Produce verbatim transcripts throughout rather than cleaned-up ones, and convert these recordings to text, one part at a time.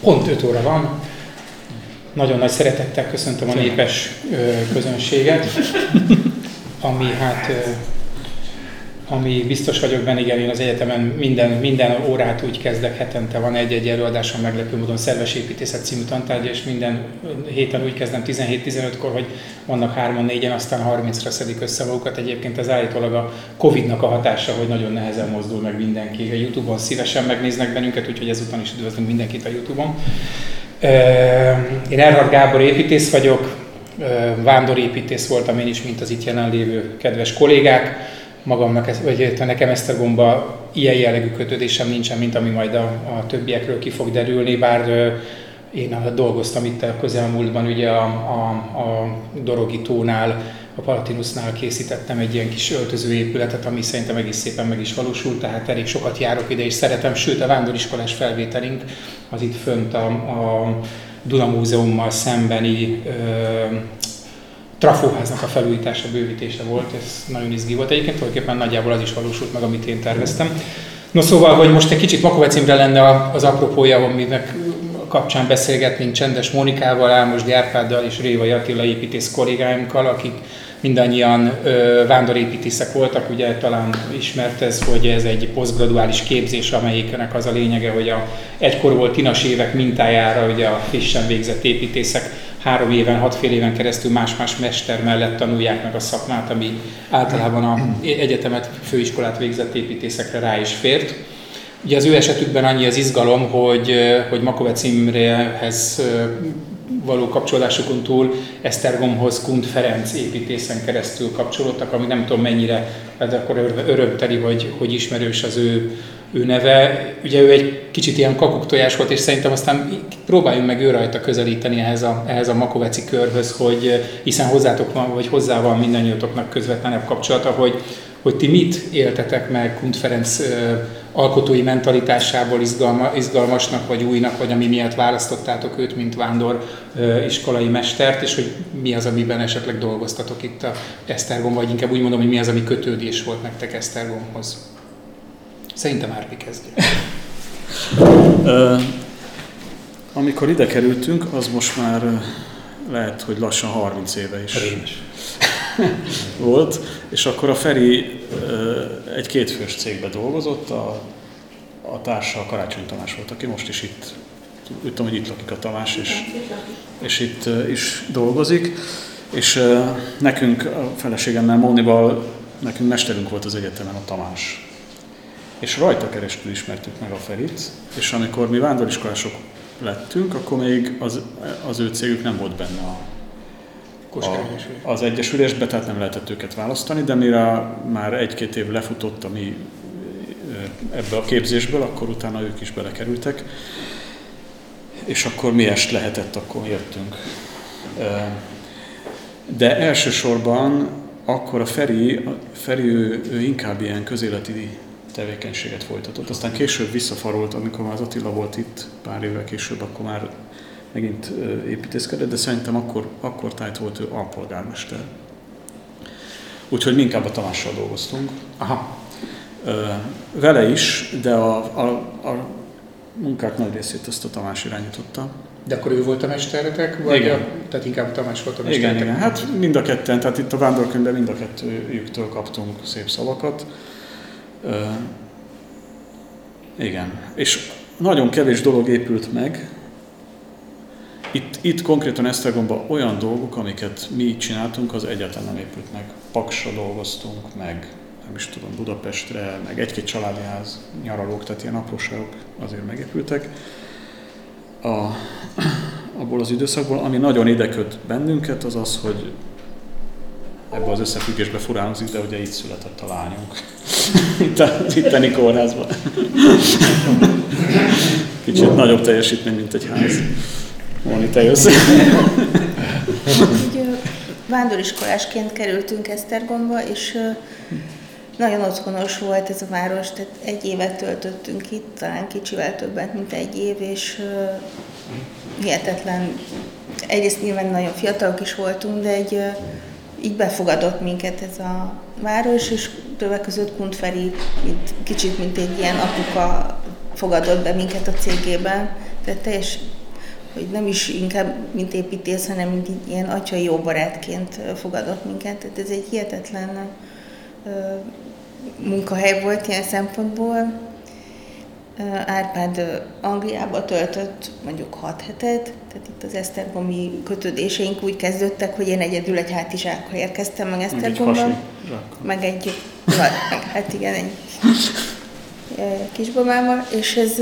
Pont öt óra van. Nagyon nagy szeretettel köszöntöm a népes közönséget, ami hát, ami biztos vagyok benne, igen, én az egyetemen minden, minden órát úgy kezdek, hetente van egy-egy előadáson meglepő módon szerves építészet című tantárgya, és minden héten úgy kezdem tizenhét-tizenötkor, hogy vannak hárman, négyen, aztán harmincra szedik össze magukat. Egyébként ez állítólag a Covidnak a hatása, hogy nagyon nehezen mozdul meg mindenki. A YouTube-on szívesen megnéznek bennünket, úgyhogy ezúton is üdvözlünk mindenkit a YouTube-on. Én Erhard Gábor építész vagyok, vándorépítész voltam én is, mint az itt jelenlévő kedves kollégák. Magamnak, vagy nekem Esztergomba ilyen jellegű kötődésem nincsen, mint ami majd a, a többiekről ki fog derülni, bár én dolgoztam itt a közelmúltban, ugye a, a, a Dorogi tónál, a Palatinusnál készítettem egy ilyen kis öltözőépületet, ami szerintem egész szépen meg is valósult, tehát elég sokat járok ide és szeretem, sőt a vándoriskolás felvételink az itt fönt a, a Duna Múzeummal szembeni ö, trafóháznak a felújítása, bővítése volt, ez nagyon izgi volt. Egyébként tulajdonképpen nagyjából az is valósult meg, amit én terveztem. No szóval, hogy most egy kicsit Makovec Imre lenne az apropója, aminek kapcsán beszélgetnénk Csendes Mónikával, Ámosdi Árpáddal és Révai Attila építész kollégáinkkal, akik mindannyian ö, vándorépítészek voltak. Ugye talán ismert ez, hogy ez egy posztgraduális képzés, amelyiknek az a lényege, hogy a egykor volt tinas évek mintájára ugye a frissen végzett építészek három éven, hat fél éven keresztül más-más mester mellett tanulják meg a szakmát, ami általában az egyetemet, főiskolát végzett építészekre rá is fért. Ugye az ő esetükben annyi az izgalom, hogy, hogy Makovec Imrehez való kapcsolódásukon túl Esztergomhoz Kundt Ferenc építészen keresztül kapcsolódtak, ami nem tudom mennyire, de akkor örömteli, hogy, hogy ismerős az ő, ő neve. Ugye ő egy kicsit ilyen kakuktojás volt, és szerintem aztán próbáljunk meg ő rajta közelíteni ehhez a, ehhez a makoveci körhöz, hogy hiszen hozzátok van, vagy hozzá van mindannyiatoknak közvetlenebb kapcsolata, hogy, hogy ti mit éltetek meg Kundt Ferenc alkotói mentalitásából izgalma, izgalmasnak, vagy újnak, vagy ami miatt választottátok őt, mint vándor iskolai mestert, és hogy mi az, amiben esetleg dolgoztatok itt a Esztergom, vagy inkább úgy mondom, hogy mi az, ami kötődés volt nektek Esztergomhoz. Szerintem Árpi kezdje. uh, amikor ide kerültünk, az most már lehet, hogy lassan harminc éve is volt, és akkor a Feri uh, egy kétfős cégben dolgozott, a, a társa a Karácsony Tamás volt, aki most is itt, úgy tudom, hogy itt lakik a Tamás, és, és itt uh, is dolgozik, és uh, nekünk, a feleségemmel, Mónival, nekünk mesterünk volt az egyetemen a Tamás. És rajta keresztül ismertük meg a Ferit, és amikor mi vándoriskolások lettünk, akkor még az, az ő cégük nem volt benne a, a, az egyesülésbe, tehát nem lehetett őket választani, de mire már egy-két év lefutott a mi ebbe a képzésből, akkor utána ők is belekerültek, és akkor mi est lehetett, akkor jöttünk. De elsősorban akkor a Feri, a Feri ő, ő inkább ilyen közéleti tevékenységet folytatott. Aztán később visszafarolt, amikor már az Attila volt itt, pár évvel később, akkor már megint építészkedett, de szerintem akkor, akkor tájt volt ő alpolgármester. Úgyhogy mi inkább a Tamással dolgoztunk. Aha. Vele is, de a, a, a munkák nagy részét azt a Tamás irányította. De akkor ő volt a mesteretek, vagy a, tehát inkább a Tamás volt a mesteretek? Igen, igen, hát mind a ketten, tehát itt a vándorkönyvben mind a kettőjüktől kaptunk szép szavakat. Uh, igen, és nagyon kevés dolog épült meg. Itt, itt konkrétan Esztergomban olyan dolgok, amiket mi itt csináltunk, az egyáltalán nem épült meg. Paksra dolgoztunk, meg nem is tudom, Budapestre, meg egy-két családi ház, nyaralók, tehát ilyen apróságok azért megépültek. A, abból az időszakból, ami nagyon ideköt bennünket, az az, hogy ebben az összefüggésben furán hangzik, de ugye itt született a lányunk. itt a itteni kórházban. Kicsit nagyobb teljesítmény, mint egy ház. Móni, te jössz. Vándoriskolásként kerültünk Esztergomba, és nagyon otthonos volt ez a város, tehát egy évet töltöttünk itt, talán kicsivel többet, mint egy év, és hihetetlen, egyrészt nyilván nagyon fiatalok is voltunk, de egy így befogadott minket ez a város, és többek között Kundt Feri mint, kicsit mint egy ilyen apuka fogadott be minket a cégében. Tehát teljes hogy nem is inkább mint építész, hanem mint ilyen atyai jó barátként fogadott minket. Tehát ez egy hihetetlen munkahely volt ilyen szempontból. Árpád Angliába töltött mondjuk hat hetet, tehát itt az esztergomi kötődéseink úgy kezdődtek, hogy én egyedül egy hátizsákkal érkeztem meg Esztergomba, meg egy, meg, hát igen, egy kisbabával, és ez,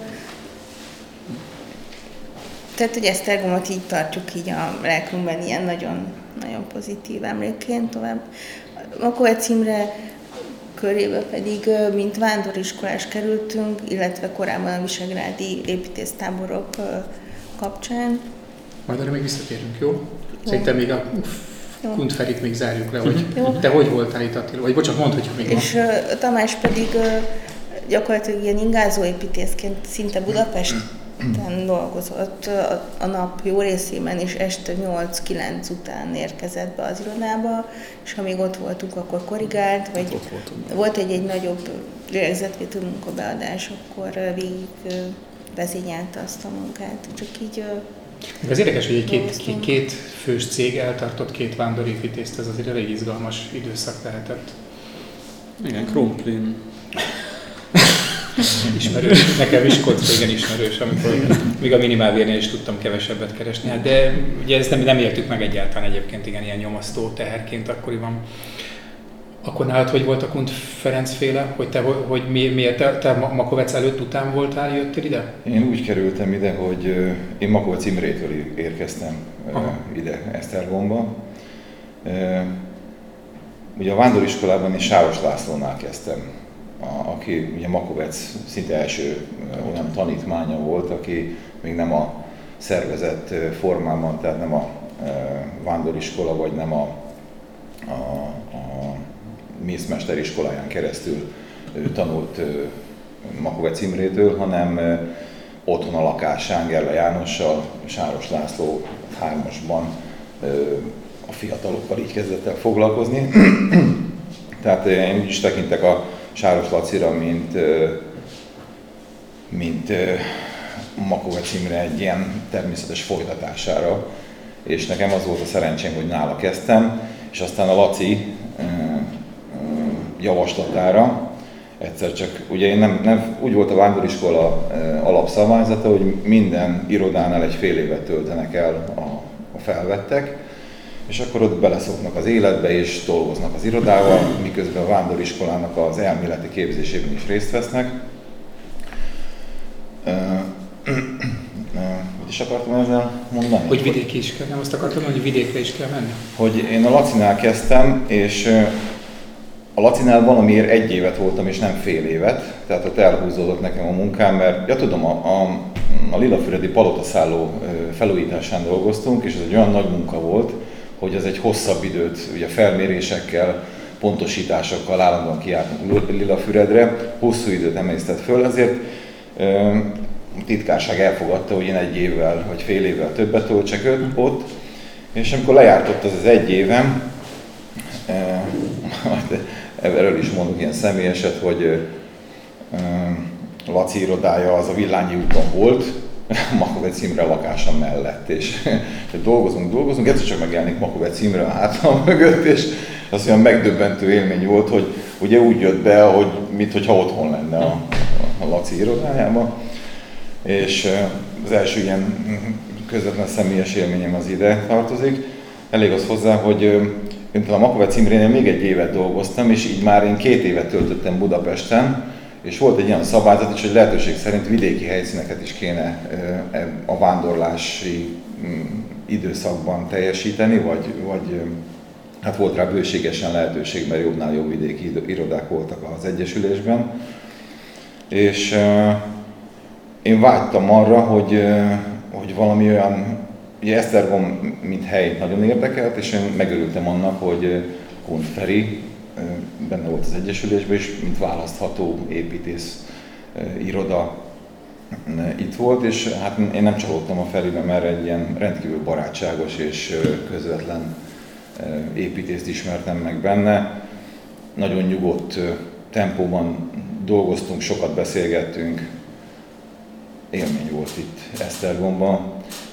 tehát hogy Esztergomot így tartjuk így a lelkünkben ilyen nagyon, nagyon pozitív emlékként tovább. Makovec Imre körébe pedig, mint vándoriskolás kerültünk, illetve korábban a visegrádi építésztáborok kapcsán. Majd arra még visszatérünk, jó? jó. Szerintem még a Kundt Ferit még zárjuk le, hogy jó. Te hogy voltál itt, Attila? Vagy bocsánat, mondd, hogy még És van. Tamás pedig gyakorlatilag ilyen ingázó építészként szinte Budapesten dolgozott a nap jó részében, és este nyolc-kilenc után érkezett be az irodába, és amíg ott voltunk, akkor korrigált, vagy volt egy, egy nagyobb lélegzetvételű munkabeadás, akkor végig vezényelte azt a munkát. Csak így ez érdekes, hogy egy két, két fős cég eltartott két vándorépítészt, ez azért elég izgalmas időszak lehetett. Igen, Krumplin. Ismerős, nekem Miskolc régen ismerős, amikor még a minimálbérnél is tudtam kevesebbet keresni. Hát de ugye ezt nem, nem éltük meg egyáltalán egyébként, igen, ilyen nyomasztó teherként akkoriban. Akkor nálad hogy volt a Kundt Ferenc féle, hogy te, hogy mi, miért te, te Makovec előtt után voltál, jöttél ide? Én úgy kerültem ide, hogy én Makovec Imrétől érkeztem Aha. ide Esztergomba. Ugye a vándoriskolában én Sáros Lászlónál kezdtem, a, aki ugye Makovec szinte első olyan tanítmánya volt, aki még nem a szervezett formában, tehát nem a vándoriskola, vagy nem a, a, a mészmesteriskoláján keresztül tanult Makovec Imrétől, hanem otthon a lakásán Gerla Jánossal, Sáros László hármasban a fiatalokkal így kezdett el foglalkozni. Tehát én úgy is tekintek a Sáros Lacira, mint, mint Makovec Imre egy ilyen természetes folytatására, és nekem az volt a szerencsém, hogy nála kezdtem, és aztán a Laci javaslatára egyszer csak, ugye én nem, nem, úgy volt a vándoriskola alapszabályzata, hogy minden irodánál egy fél évet töltenek el a, a felvettek, és akkor ott beleszoknak az életbe és dolgoznak az irodával, miközben a vándoriskolának az elméleti képzésében is részt vesznek. Mit is akartam ezzel mondani? Hogy vidéki is kell, nem azt akartam, hogy vidékre is kell menni? Hogy én a Lacinál kezdtem, és a Lacinál valamiért egy évet voltam, és nem fél évet, tehát ott elhúzódott nekem a munkám, mert ja tudom, a, a, a Lilafüredi palotaszálló felújításán dolgoztunk, és ez egy olyan nagy munka volt, hogy az egy hosszabb időt, ugye felmérésekkel, pontosításokkal állandóan kijártunk Lilafüredre, hosszú időt emésztett föl, ezért a titkárság elfogadta, hogy én egy évvel vagy fél évvel többet töltsek ott, és amikor lejárt ott az az egy évem, erről is mondok ilyen személyeset, hogy Laci irodája az a Villányi úton volt, Makovec Imre lakása mellett, és dolgozunk, dolgozunk, egyszer csak megjelenik Makovec Imre a hátam mögött, és az olyan megdöbbentő élmény volt, hogy ugye úgy jött be, hogy mintha otthon lenne a, a Laci irodájában, és az első ilyen közvetlen személyes élményem az ide tartozik. Elég az hozzá, hogy én a Makovec Imrénél még egy évet dolgoztam, és így már én két évet töltöttem Budapesten, és volt egy olyan szabályzat is, hogy lehetőség szerint vidéki helyszíneket is kéne a vándorlási időszakban teljesíteni, vagy, vagy hát volt rá bőségesen lehetőség, mert jobbnál jobb vidéki irodák voltak az Egyesülésben. És én vágytam arra, hogy, hogy valami olyan, ugye Esztergom mint hely nagyon érdekelt, és én megörültem annak, hogy Kundt Feri benne volt az Egyesülésben, és mint választható építész iroda itt volt, és hát én nem csalódtam a Feriben, mert egy ilyen rendkívül barátságos és közvetlen építészt ismertem meg benne. Nagyon nyugodt tempóban dolgoztunk, sokat beszélgettünk, élmény volt itt Esztergomban,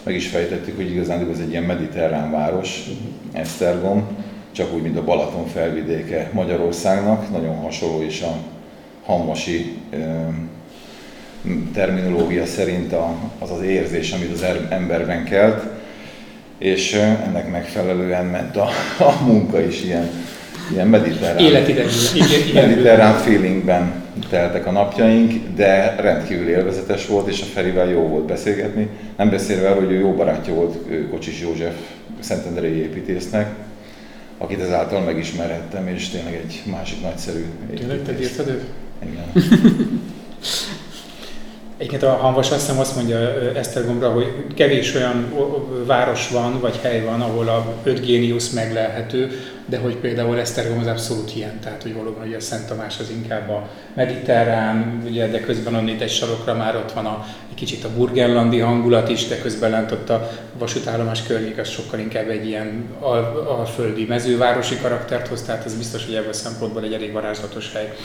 meg is fejtettük, hogy igazán ez egy ilyen mediterrán város, Esztergom, csak úgy, mint a Balaton felvidéke Magyarországnak, nagyon hasonló is a hamvasi terminológia szerint az az érzés, amit az emberben kelt, és ennek megfelelően ment a, a munka is ilyen, ilyen mediterrán, mediterrán feelingben teltek a napjaink, de rendkívül élvezetes volt, és a Ferivel jó volt beszélgetni. Nem beszélve arról, hogy ő jó barátja volt Kocsis József szentendrei építésznek, akit ezáltal megismerhettem, és tényleg egy másik nagyszerű építész. Tényleg te bírtad őt? Igen. Egyébként a Hamvas azt hiszem azt mondja Esztergomra, hogy kevés olyan város van, vagy hely van, ahol a öt géniusz meglelhető, de hogy például Esztergom az abszolút ilyen, tehát hogy valóban ugye a Szent Tamás az inkább a mediterrán, ugye, de közben onnit egy sarokra már ott van a, egy kicsit a burgenlandi hangulat is, de közben lent ott a vasútállomás környék, az sokkal inkább egy ilyen al, alföldi mezővárosi karaktert hoz, tehát ez biztos, hogy ebből a szempontból egy elég varázslatos hely.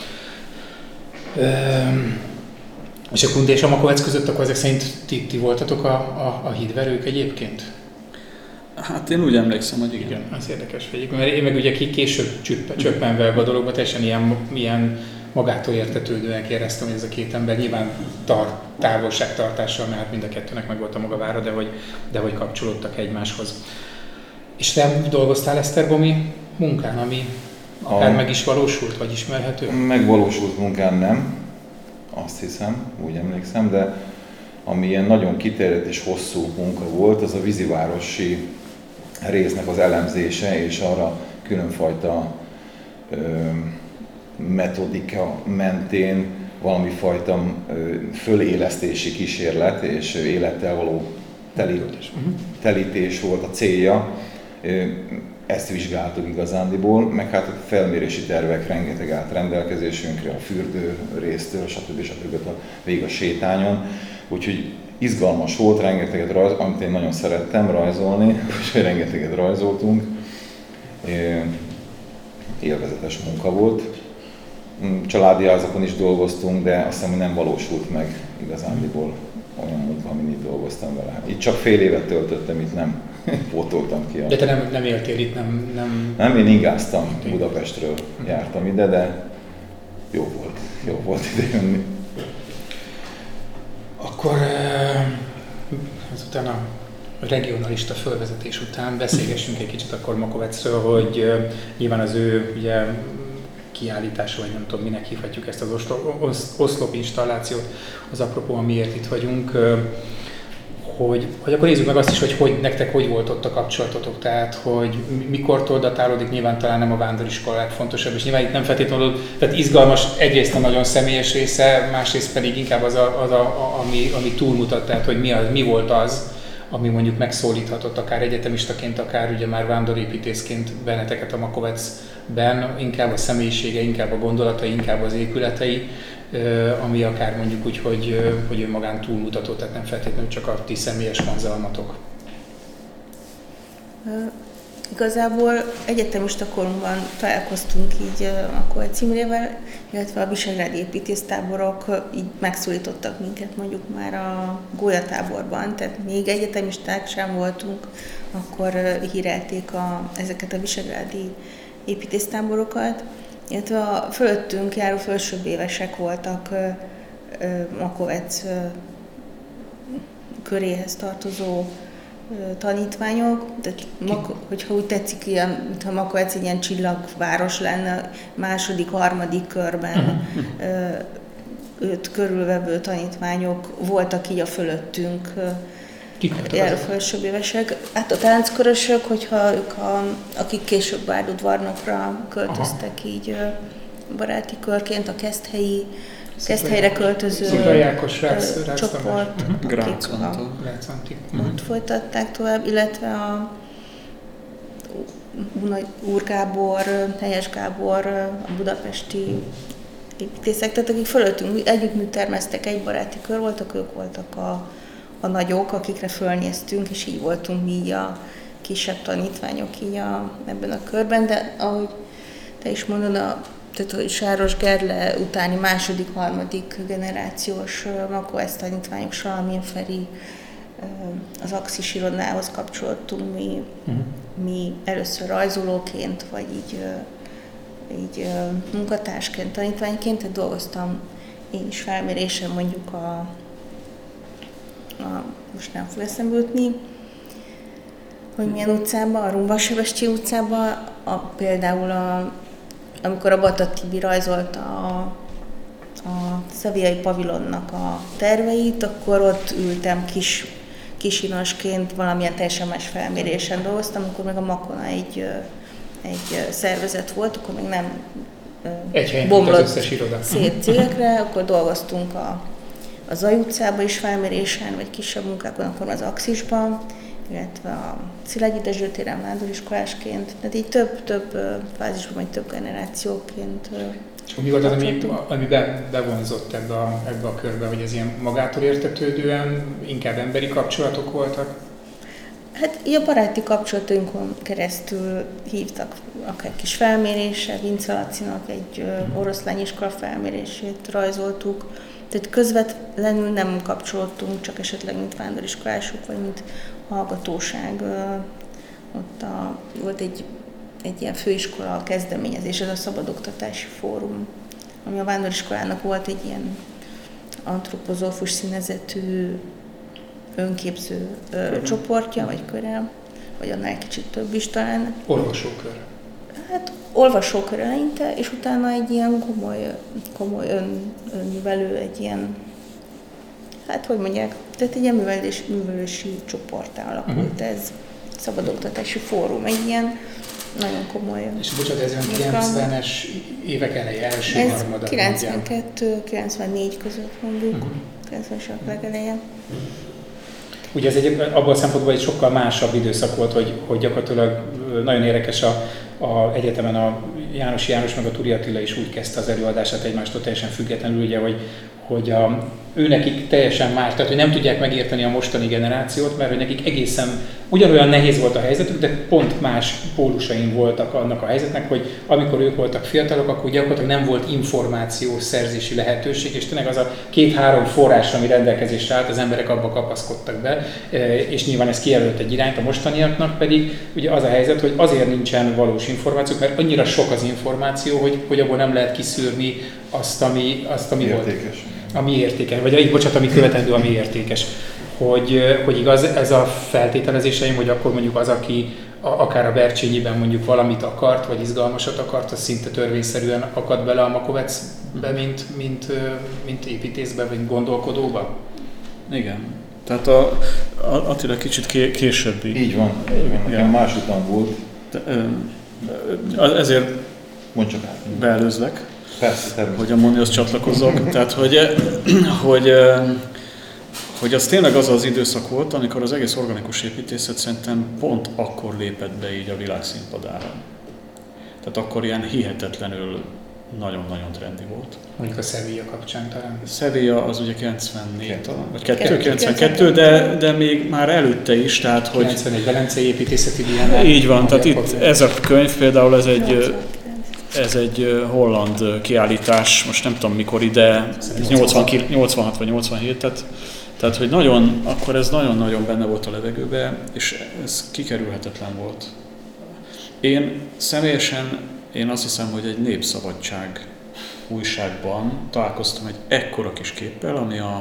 Üm, És a Kunde és a Makovec között akkor ezek szerint ti, ti voltatok a, a, a hídverők egyébként? Hát én úgy emlékszem, hogy igen. Igen, az érdekes vagyok, mert én meg ugye később csöppenve ebbe a dologba, teljesen ilyen, ilyen magától értetődően éreztem, hogy ez a két ember nyilván tar, távolságtartással, mert mind a kettőnek meg volt a maga vára, de hogy, de hogy kapcsolódtak egymáshoz. És te dolgoztál esztergomi munkán, ami akár a... meg is valósult, vagy ismerhető? Megvalósult munkán nem. Azt hiszem, úgy emlékszem, de ami ilyen nagyon kiterjedt és hosszú munka volt, az a vízivárosi résznek az elemzése, és arra különfajta ö, metodika mentén valami fajta ö, fölélesztési kísérlet és élettel való telítés, telítés volt a célja. Ö, Ezt vizsgáltuk igazándiból, meg hát a felmérési tervek rengeteg állt rendelkezésünkre, a fürdő résztől, stb. stb. Végig a sétányon. Úgyhogy izgalmas volt, rengeteget rajz, amit én nagyon szerettem rajzolni, úgyhogy rengeteget rajzoltunk. Élvezetes munka volt. Családi házakon is dolgoztunk, de azt hiszem, hogy nem valósult meg igazándiból olyan munka, amin itt dolgoztam vele. Itt csak fél évet töltöttem, itt nem pótoltam ki. De te nem, nem éltél itt, nem... Nem, nem én ingáztam, Budapestről jártam ide, de jó volt, jó volt ide jönni. Akkor azután a regionalista fölvezetés után beszélgessünk egy kicsit akkor Makovecről, hogy nyilván az ő ugye, kiállítása, vagy nem tudom, minek hívhatjuk ezt az oszlop installációt, az apropó, miért itt vagyunk, hogy, hogy akkor nézzük meg azt is, hogy, hogy nektek hogy volt ott a kapcsolatotok, tehát hogy mikortól datálódik, nyilván talán nem a vándoriskola fontosabb, és nyilván itt nem feltétlenül, tehát izgalmas egyrészt a nagyon személyes része, másrészt pedig inkább az, a, az a, a, ami, ami túlmutat, tehát hogy mi, az, mi volt az, ami mondjuk megszólíthatott akár egyetemistaként, akár ugye már vándorépítészként benneteket a Makovecben, inkább a személyisége, inkább a gondolatai, inkább az épületei, ami akár mondjuk úgy, hogy, hogy önmagán túlmutató, tehát nem feltétlenül csak a ti személyes vonzalmatok. Igazából egyetemista korunkban találkoztunk így a Makovec Imrével, illetve a visegrádi építésztáborok így megszólítottak minket mondjuk már a gólyatáborban, tehát még egyetemisták sem voltunk, akkor hírelték a, ezeket a visegrádi építésztáborokat, illetve a fölöttünk járó felsőbb évesek voltak Makovec köréhez tartozó tanítványok, tehát hogyha úgy tetszik, ilyen, mintha Makovec egy ilyen csillagváros lenne, második, harmadik körben uh-huh. őt körülvevő tanítványok voltak így a fölöttünk járó felsőbb évesek. Hát a tánckörösök, hogyha ők, a, akik később Bárdudvarnokra költöztek Aha. így baráti körként, a keszthelyi Keszthelyre költöző csoport, akik ott folytatták tovább, illetve a Úr Gábor, Helyes Gábor, a budapesti építészek, tehát akik fölöttünk együtt termesztek, egy baráti kör voltak, ők voltak a, a nagyok, akikre fölnéztünk, és így voltunk mi a kisebb tanítványok így a, ebben a körben, de ahogy te is mondod, a tehát, hogy Sáros Gerle utáni második, harmadik generációs Makovec tanítványok, Salamén Feri, az Axis irodához kapcsolódtunk mi, uh-huh. mi először rajzolóként, vagy így, így munkatársként, tanítványként, tehát dolgoztam én is felmérésen mondjuk a, a most nem fog eszembe jutni, hogy milyen utcában, a Rumba-Sebestyi utcában, a, például a, amikor a Bata Tibi rajzolta a, a szeviai pavilonnak a terveit, akkor ott ültem kis, kisinosként, valamilyen teljesen más felmérésen dolgoztam, akkor meg a Makona egy, egy szervezet volt, akkor még nem bomlott szét cégekre, akkor dolgoztunk a, a Zaj utcában is felmérésen, vagy kisebb munkákon, akkor az Axisban, illetve a Szilágyi Dezső téren vándor-iskolásként, tehát így több-több fázisban, vagy több generációként. És mi volt az, ami, ami be, bevonzott ebbe a, ebbe a körbe, hogy ez ilyen magától értetődően, inkább emberi kapcsolatok voltak? Hát így a baráti kapcsolatainkon keresztül hívtak akár kis felmérésre, Vince Lacinak egy oroszlányiskola felmérését rajzoltuk, tehát közvetlenül nem kapcsolódtunk, csak esetleg mint vándoriskolások, vagy mint hallgatóság. Ott a, volt egy, egy ilyen főiskola kezdeményezés, ez a Szabadoktatási Fórum, ami a vándoriskolának volt egy ilyen antropozófus színezetű önképző ö, csoportja, vagy köre, vagy annál kicsit több is talán. Olvasókör. Hát olvasókör eleinte, és utána egy ilyen komoly, komoly ön, önművelő, egy ilyen, hát hogy mondják, tehát egy ilyen művelés, művelési csoporttá alakult uh-huh. ez, Szabadoktatási Fórum, egy ilyen nagyon komoly. És bocsánat, ez olyan kilencvenes évek eleje, első ez harmada. kilencvenkettő kilencvennégy között mondjuk, uh-huh. kilencvenes évek legeleje. Ugye ez egy, abban a szempontból egy sokkal másabb időszak volt, hogy, hogy gyakorlatilag nagyon érdekes a, a egyetemen a János János meg a Turi Attila is úgy kezdte az előadását egymástól teljesen függetlenül, ugye, hogy, hogy a, ő nekik teljesen más, tehát hogy nem tudják megérteni a mostani generációt, mert hogy nekik egészen ugyanolyan nehéz volt a helyzetük, de pont más pólusain voltak annak a helyzetnek, hogy amikor ők voltak fiatalok, akkor gyakorlatilag nem volt információs szerzési lehetőség, és tényleg az a két-három forrás, ami rendelkezésre állt, az emberek abba kapaszkodtak be, és nyilván ez kijelölt egy irányt, a mostaniaknak pedig ugye az a helyzet, hogy azért nincsen valós információ, mert annyira sok az információ, hogy, hogy abból nem lehet kiszűrni azt, ami, azt, ami értékes. volt. Ami értékes, vagy bocsánat, ami követendő, ami értékes. Hogy, hogy igaz ez a feltételezéseim, hogy akkor mondjuk az, aki a, akár a Bercsényiben mondjuk valamit akart, vagy izgalmasat akart, az szinte törvényszerűen akad bele a Makovecbe, mint, mint, mint építészbe, vagy gondolkodóba? Igen. Tehát a, a Attila kicsit ké, későbbi. Így van, így van. Nekem más után volt. De, ö, ezért mondj csak át. beelőzlek. Persze, hogy a Monihoz csatlakozzak. Tehát, hogy, hogy, hogy az tényleg az az időszak volt, amikor az egész organikus építészet szerintem pont akkor lépett be így a világ színpadára. Tehát akkor ilyen hihetetlenül nagyon-nagyon trendi volt. Mondjuk a Sevilla kapcsán talán. Sevilla az ugye kilencvennégy talán, vagy kilencvenkettő, de, de még már előtte is, tehát hogy... kilencvenegy Velencei építészeti díján. Így van, tehát itt ez a könyv például ez egy... Ez egy holland kiállítás, most nem tudom mikor ide, nyolcvanhat vagy nyolcvanhét, tehát, tehát hogy nagyon, akkor ez nagyon-nagyon benne volt a levegőben, és ez kikerülhetetlen volt. Én személyesen, én azt hiszem, hogy egy Népszabadság újságban találkoztam egy ekkora kis képpel, ami a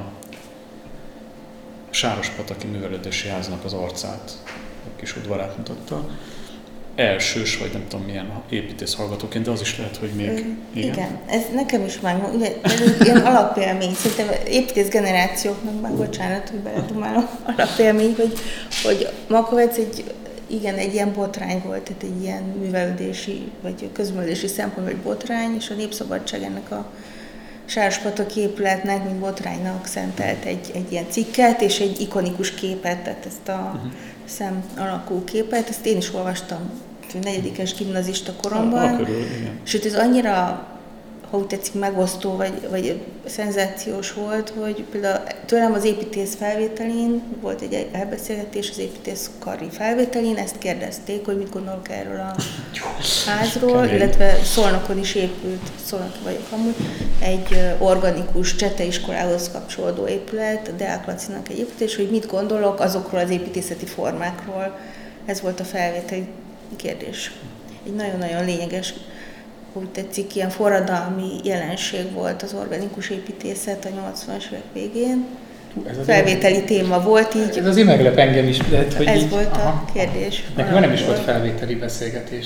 Sárospataki Művelődési Háznak az arcát, a kis udvarát mutatta. Elsős, vagy nem tudom milyen építész hallgatóként, de az is lehet, hogy még... Igen, igen ez nekem is megvan. Ugye ez egy ilyen alapélmény, szerintem építész generációknak már, bocsánat, hogy beledumálom, alapélmény, hogy, hogy Makovec egy, igen, egy ilyen botrány volt, tehát egy ilyen művelődési, vagy közművelődési szempontból egy botrány, és a Népszabadság ennek a Sárospataki épületnek, mint botránynak szentelt egy, egy ilyen cikket, és egy ikonikus képet, tehát ezt a uh-huh. szem alakú képet, ezt én is olvastam negyedikes gimnazista koromban, a, a körül, sőt ez annyira ha úgy tetszik, megosztó vagy, vagy szenzációs volt, hogy például tőlem az építész felvételén volt egy elbeszélgetés, az építész kari felvételén, ezt kérdezték, hogy mit gondolok erről a házról, illetve Szolnokon is épült, Szolnoki vagyok amúgy, egy organikus cseteiskolához kapcsolódó épület, Deák Lacinak egy építés, hogy mit gondolok azokról az építészeti formákról. Ez volt a felvételi kérdés. Egy nagyon-nagyon lényeges, úgy tetszik, ilyen forradalmi jelenség volt az organikus építészet a nyolcvanas évek végén. Ez felvételi téma volt így. Ez azért meglep engem is. Lehet, hogy ez így, volt aha, a kérdés. Nekem nem is volt felvételi beszélgetés.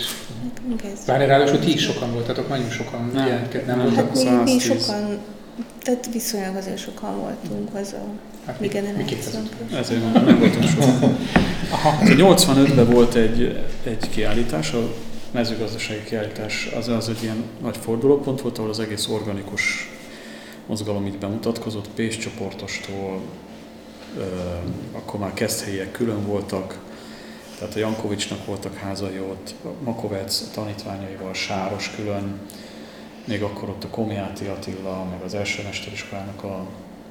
Bár ráadásul ti is sokan voltatok, nagyon sokan jelentkeztek, nem voltak. Hát mi, mi sokan, tehát viszonylag azért sokan voltunk, az a hát mi generációnk. Ezért mondom, nem voltunk sokan. nyolcvanötben volt egy, egy kiállítás, a mezőgazdasági kiállítás, az az egy ilyen nagy fordulópont volt, ahol az egész organikus mozgalom így bemutatkozott, Pécs csoportostól, ö, akkor már Keszthelyiek külön voltak, tehát a Jankovicsnak voltak házai ott, Makovec tanítványaival, Sáros külön, még akkor ott a Komjáti Attila, meg az első mesteriskolának a,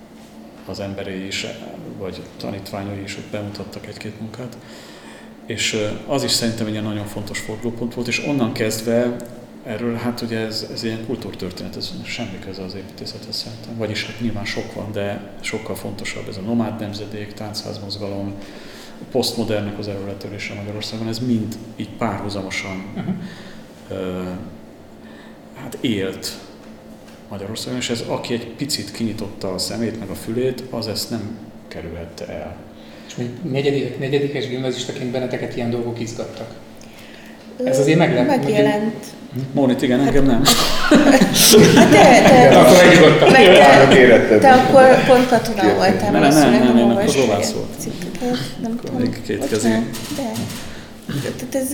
az emberei is, vagy tanítványai is ott bemutattak egy-két munkát. És az is szerintem egy ilyen nagyon fontos fordulópont volt, és onnan kezdve erről, hát ugye ez, ez ilyen kultúrtörténet, ez semmi köze az építészethez szerintem. Vagyis hát nyilván sok van, de sokkal fontosabb ez a nomád nemzedék, táncházmozgalom, a posztmodernnek az erőletörése Magyarországon, ez mind így párhuzamosan uh-huh. ö, hát élt Magyarországon, és ez aki egy picit kinyitotta a szemét, meg a fülét, az ezt nem kerülhette el. És még negyedik, negyedikes gimnazistaként benneteket ilyen dolgok izgattak. Ez azért meglep. Megjelent. Mónit, igen, engem nem. Hát te, te, akkor megnyugodtam. Te, te akkor pont katona voltál. Nem, nem, nem, én akkor rovász volt. Nem tudom. Még kétkezi. De. Tehát ez,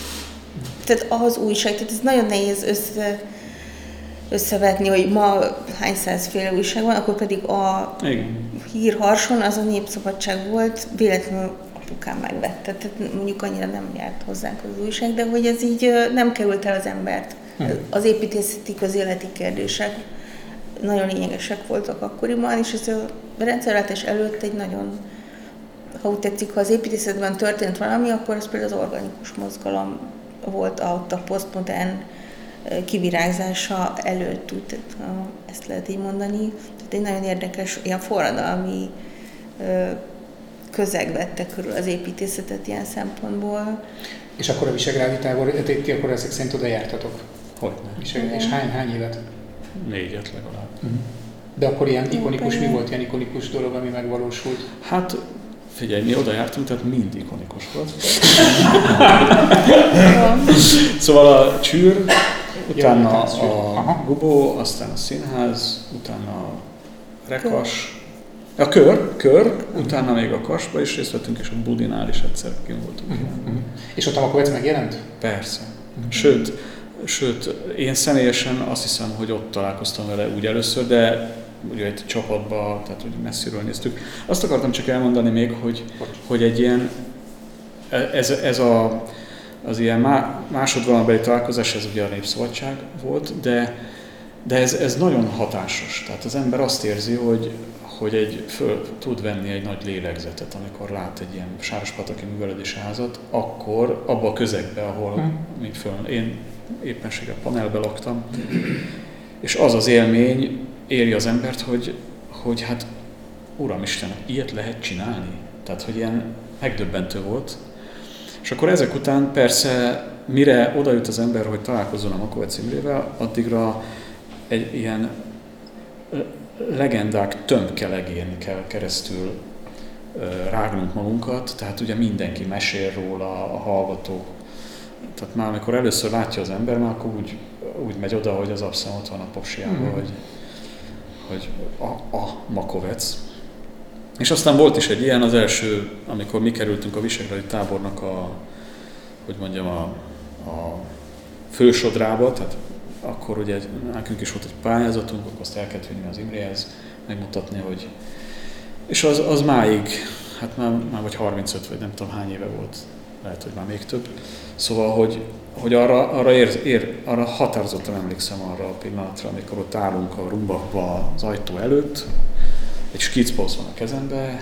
tehát az újság, tehát ez nagyon nehéz össze, összevetni, hogy ma hány százféle újság van, akkor pedig a igen. Hírharson az a Népszabadság volt, véletlenül apukám megvette, tehát mondjuk annyira nem járt hozzánk az újság, de hogy ez így nem került el az embert. Hmm. Az építészeti, közéleti kérdések nagyon lényegesek voltak akkoriban, és ez a rendszerváltás előtt egy nagyon, ha úgy tetszik, ha az építészetben történt valami, akkor ez például az organikus mozgalom volt ott a posztmodern kivirágzása előtt, úgy, ezt lehet így mondani. Tehát egy nagyon érdekes, ilyen forradalmi közeg vette körül az építészetet ilyen szempontból. És akkor a visegrádi tábor, ti akkor ezek szerint oda jártatok? Hogyne. És hány, hány évet? Négyet legalább. Uh-huh. De akkor ilyen ikonikus, mi volt ilyen ikonikus dolog, ami megvalósult? Hát figyelj, mi oda jártunk, tehát mind ikonikus volt. Szóval a Csűr, utána a Gubó, aztán a színház, utána a Rekas, a Kör, Kör, utána még a Kasba is részt vettünk, és a Budinál is egyszer kim voltunk. Uh-huh. És ott a Makovec megjelent? Persze. Uh-huh. Sőt, sőt, én személyesen azt hiszem, hogy ott találkoztam vele úgy először, de ugye egy csapatba, tehát úgy messziről néztük. Azt akartam csak elmondani még, hogy, hogy egy ilyen, ez, ez a, az ilyen másodvonalbeli találkozás, ez ugye a Népszabadság volt, de, de ez, ez nagyon hatásos. Tehát az ember azt érzi, hogy, hogy egy, föl tud venni egy nagy lélegzetet, amikor lát egy ilyen Sárospataki művelődési házat, akkor abba a közegbe, ahol hmm. még föl, én éppenséggel panelbe laktam, és az az élmény éri az embert, hogy, hogy hát Uramisten, ilyet lehet csinálni. Tehát, hogy ilyen megdöbbentő volt. És akkor ezek után persze, mire oda jut az ember, hogy találkozzon a Makovec Imrével, addigra egy ilyen legendák tömkelegén kell keresztül rágnunk magunkat, tehát ugye mindenki mesél róla, a hallgató. Tehát már amikor először látja az ember, már akkor úgy, úgy megy oda, hogy az abszem ott van a popsiában, mm-hmm. hogy, hogy a, a Makovec. És aztán volt is egy ilyen, az első, amikor mi kerültünk a visegrádi tábornak a, hogy mondjam, a, a fősodrába, tehát akkor ugye nekünk is volt egy pályázatunk, akkor azt el kellett vinni az Imréhez, megmutatni, hogy... És az, az máig, hát már, már vagy harmincöt, vagy nem tudom hány éve volt lehet, hogy már még több. Szóval, hogy, hogy arra, arra, ér, ér, arra határozottan emlékszem arra a pillanatra, amikor ott állunk a Rumbachba az ajtó előtt, egy skiccpolc van a kezembe,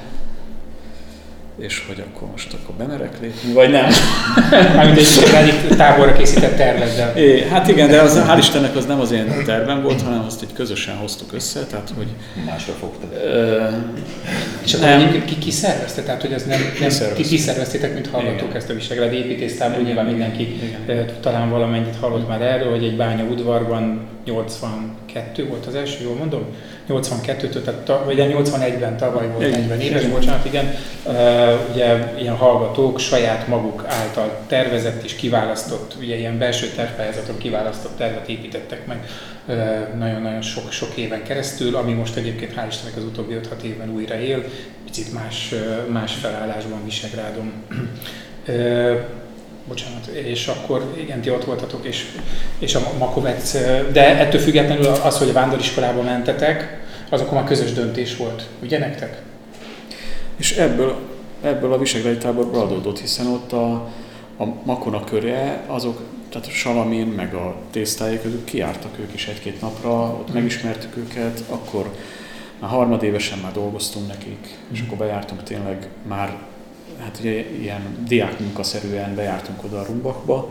és hogy akkor most akkor bemerek lépni, vagy nem. Mármint egy egyik táborra készített terveddel. É, hát igen, de az, hál' Istennek az nem az én tervem volt, hanem azt így közösen hoztuk össze, tehát hogy... Másra fogtad. Ö, és akkor nem. Ki, ki szervezte? Tehát, hogy ez nem, nem ki, ki szerveztétek, mint hallgatók igen. ezt a Visegrádi építésztábor, nyilván mindenki igen. talán valamennyit hallott már erről, hogy egy bánya udvarban nyolcvankettő volt az első, jól mondom? nyolcvankettőtől, tehát, vagy nyolcvanegyben tavaly volt negyven éves, bocsánat, igen. Uh, ugye ilyen hallgatók saját maguk által tervezett és kiválasztott, ugye ilyen belső tervpályázaton kiválasztott tervet építettek meg uh, nagyon-nagyon sok, sok éven keresztül, ami most egyébként hál' Istennek az utóbbi öt-hat évben újra él, picit más, uh, más felállásban Visegrádon. Uh, Bocsánat, és akkor igen, ti ott voltatok, és, és a Makovec, de ettől függetlenül az, hogy a vándoriskolába mentetek, az akkor már közös döntés volt, ugye nektek? És ebből, ebből a Visegrádi táborból adódott, hiszen ott a, a Makona köre, azok, tehát a Salamin, meg a tésztáik, ők kijártak ők is egy-két napra, ott megismertük őket, akkor már harmadévesen már dolgoztunk nekik, és akkor bejártunk tényleg már, hát ugye ilyen diákmunkaszerűen bejártunk oda a Rumbachba,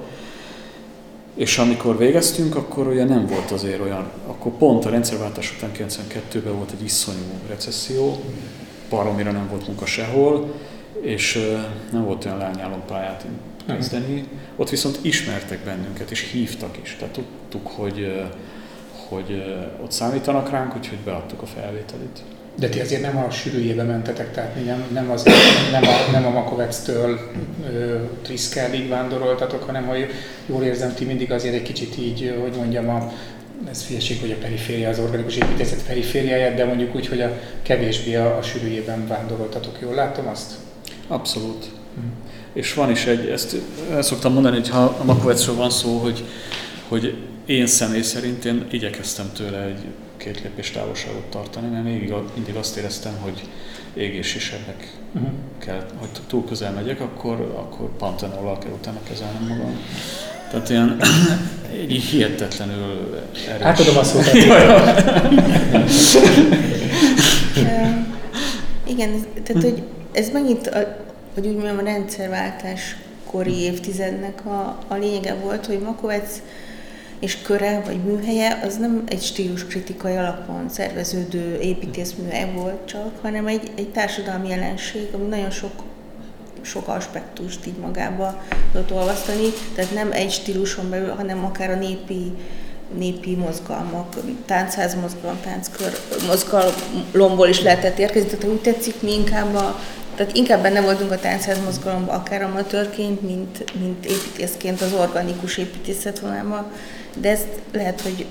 és amikor végeztünk, akkor ugye nem volt azért olyan, akkor pont a rendszerváltás után kilencvenkettőben volt egy iszonyú recesszió, baromira nem volt munka sehol, és nem volt olyan lányálompályát kezdeni. Ott viszont ismertek bennünket, és hívtak is, tehát tudtuk, hogy, hogy ott számítanak ránk, úgyhogy beadtuk a felvételit. De ti azért nem a sűrűjébe mentetek, tehát nem, nem, az, nem a, nem a Makovectől Triszkellig vándoroltatok, hanem ha jól érzem, ti mindig azért egy kicsit így, hogy mondjam, a, ez hülyeség, hogy a periféria, az organikus építészet perifériáját, de mondjuk úgy, hogy a kevésbé a, a sűrűjében vándoroltatok, jól látom azt? Abszolút. Mm. És van is egy, ezt el szoktam mondani, hogy ha a Makovecről van szó, hogy, hogy én személy szerint én igyekeztem tőle egy két lépés távolságot tartani, mert még mindig azt éreztem, hogy égésisebbek uh-huh. kell, hogy túl közel megyek, akkor, akkor pantenollal kell utána kezelnem magam. Tehát ilyen egy hihetetlenül erős. Átadom a szót. Igen, tehát hogy ez megint, a, hogy úgy mondjam, a rendszerváltás kori évtizednek a, a lényege volt, hogy Makovec és köre vagy műhelye az nem egy stíluskritikai alapon szerveződő építészműhely volt csak, hanem egy, egy társadalmi jelenség, ami nagyon sok, sok aspektust így magába tudott olvasztani, tehát nem egy stíluson belül, hanem akár a népi, népi mozgalmak, táncház mozgalom, tánckör mozgalomból is lehetett érkezni, tehát úgy tetszik, mi inkább a Tehát inkább benne voltunk a táncház mozgalomban, akár amatőrként, mint, mint építészként az organikus építészetvonalban. De ezt lehet, hogy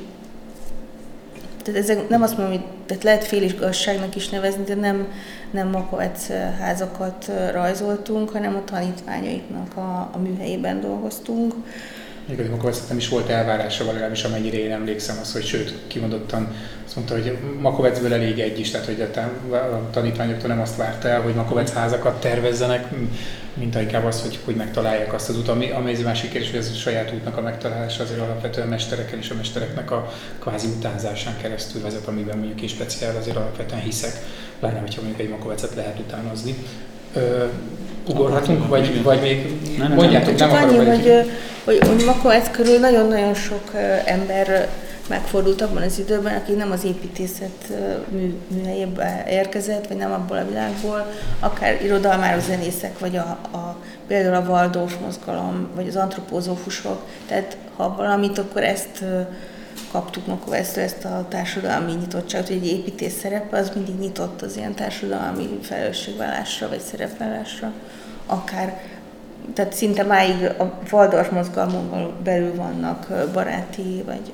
tehát ezek, nem azt mondom, hogy tehát lehet féligazságnak is nevezni, de nem, nem Makovec házakat rajzoltunk, hanem a tanítványaiknak a, a műhelyében dolgoztunk. Igazából Makovec nem is volt elvárása, legalábbis amennyire én emlékszem az, hogy sőt, kimondottan azt mondta, hogy Makovecből elég egy is, tehát hogy a tanítványoktól nem azt várta el, hogy Makovec házakat tervezzenek, mint inkább az, hogy, hogy megtalálják azt az utat, ami, ami egy másik kérdés, hogy ez a saját útnak a megtalálása azért alapvetően mestereken és a mestereknek a kvázi utánzásán keresztül vezet, amiben mondjuk is speciál azért alapvetően hiszek, pláne, hogyha mondjuk egy Makovecet lehet utánozni. Ö, ugorhatunk, vagy, vagy még nem, mondjátok, nem, nem akarom, annyi, hogy... hogy, hogy, hogy Makovec körül nagyon-nagyon sok ember megfordult abban az időben, aki nem az építészet mű, műhelyébe érkezett, vagy nem abból a világból, akár irodalmárok, zenészek, vagy a, a, például a Waldorf mozgalom, vagy az antropózófusok. Tehát ha valamit, akkor ezt kaptuk Makovectől, ezt a társadalmi nyitottságot, hogy egy építész szerepe az mindig nyitott az ilyen társadalmi felelősségvállásra, vagy szerepvállásra, akár, tehát szinte máig a Waldorf mozgalmon belül vannak baráti, vagy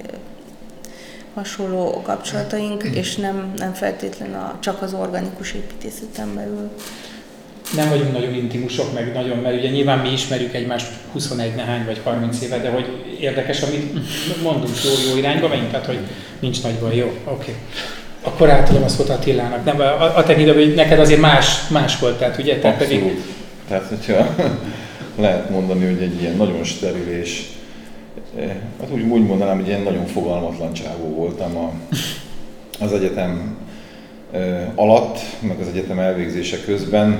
hasonló kapcsolataink, és nem, nem feltétlenül a, csak az organikus építészeten belül. Nem vagyunk nagyon intimusok, meg nagyon, mert ugye nyilván mi ismerjük egymást huszonegy nehány vagy harminc éve, de hogy érdekes, amit mondunk, jó, jó irányba megyünk, tehát hogy nincs nagy baj, jó, oké. Okay. Akkor átadom a szót Attilának. Nem, a, a tekintetben, hogy neked azért más, más volt, tehát ugye? Tehát abszolút. pedig... Tehát, hogyha lehet mondani, hogy egy ilyen nagyon steril és hát úgy, úgy mondanám, hogy ilyen nagyon fogalmatlan csávó voltam a, az egyetem alatt, meg az egyetem elvégzése közben.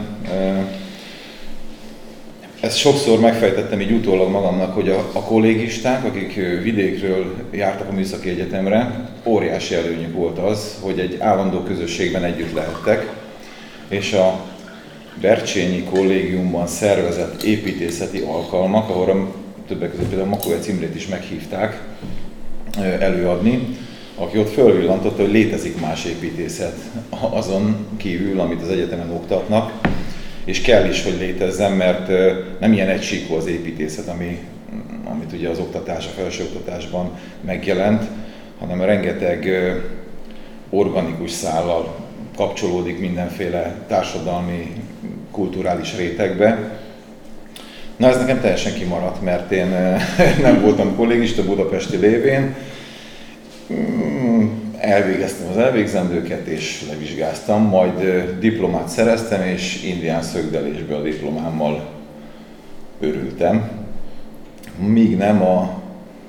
Ezt sokszor megfejtettem így utólag magamnak, hogy a, a kollégisták, akik vidékről jártak a műszaki egyetemre, óriási előnyük volt az, hogy egy állandó közösségben együtt lehettek, és a Bercsényi Kollégiumban szervezett építészeti alkalmak, ahol többek között például Makovec Imrét is meghívták előadni, aki ott fölvillantotta, hogy létezik más építészet azon kívül, amit az egyetemen oktatnak, és kell is, hogy létezzen, mert nem ilyen egysíkú az építészet, ami, amit ugye az oktatás, a felsőoktatásban megjelent, hanem rengeteg organikus szállal kapcsolódik mindenféle társadalmi, kulturális rétegbe. Na ez nekem teljesen kimaradt, mert én nem voltam kollégista budapesti lévén. Elvégeztem az elvégzendőket és levizsgáztam, majd diplomát szereztem, és indián szögdelésbe a diplomámmal örültem. Míg nem a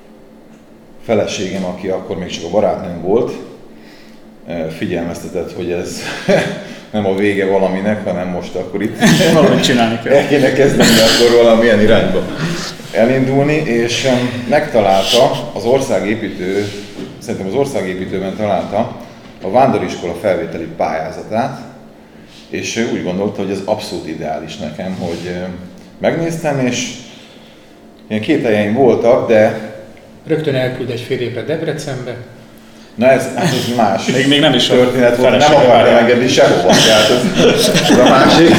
feleségem, aki akkor még csak a barátnőm volt, figyelmeztetett, hogy ez nem a vége valaminek, hanem most akkor itt valamit csinálni kell. El kéne kezdeni akkor valamilyen irányba elindulni, és megtalálta az országépítő, szerintem az országépítőben találta a vándoriskola felvételi pályázatát, és úgy gondolta, hogy ez abszolút ideális nekem, hogy megnéztem, és ilyen két helyeim voltak, de... Rögtön elküld egy fél évre Debrecenbe. Na ez, hát ez más még, még nem is történet volt, nem akartam engedni sehova, tehát ez, ez a másik.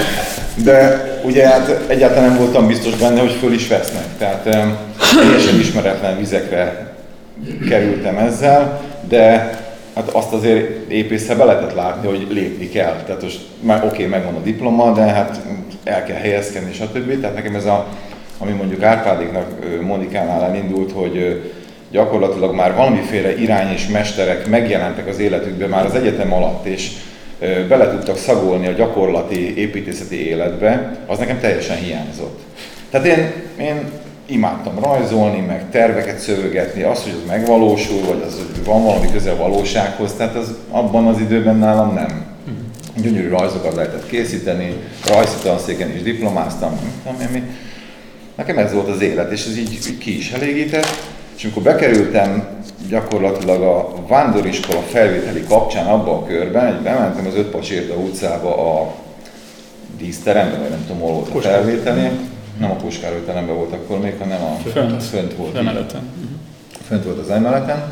De ugye hát egyáltalán nem voltam biztos benne, hogy föl is vesznek. Tehát teljesen ismeretlen vizekre kerültem ezzel, de hát azt azért épészre be lehetett látni, hogy lépni kell. Tehát most már oké, okay, megvan a diploma, de hát el kell helyezkedni, stb. Tehát nekem ez a, ami mondjuk Árpádéknak, Monikánál elindult, hogy gyakorlatilag már valamiféle irány és mesterek megjelentek az életükben már az egyetem alatt, és bele tudtak szagolni a gyakorlati építészeti életbe, az nekem teljesen hiányzott. Tehát én, én imádtam rajzolni, meg terveket szövögetni, az, hogy az megvalósul, vagy az, hogy van valami köze a valósághoz, tehát az abban az időben nálam nem. Gyönyörű rajzokat lehetett készíteni, rajzi tanszéken is diplomáztam, nem tudom én mi. Nekem ez volt az élet, és ez így, így ki is elégített. És amikor bekerültem gyakorlatilag a vándoriskola felvételi kapcsán abba a körben, hogy bementem az Ötpacsirda utcába a díszteremben, vagy nem tudom, hol volt a felvételi. Nem a Puskár teremben volt akkor még, hanem a fönt, fönt volt. Emeleten. Fönt volt az emeleten.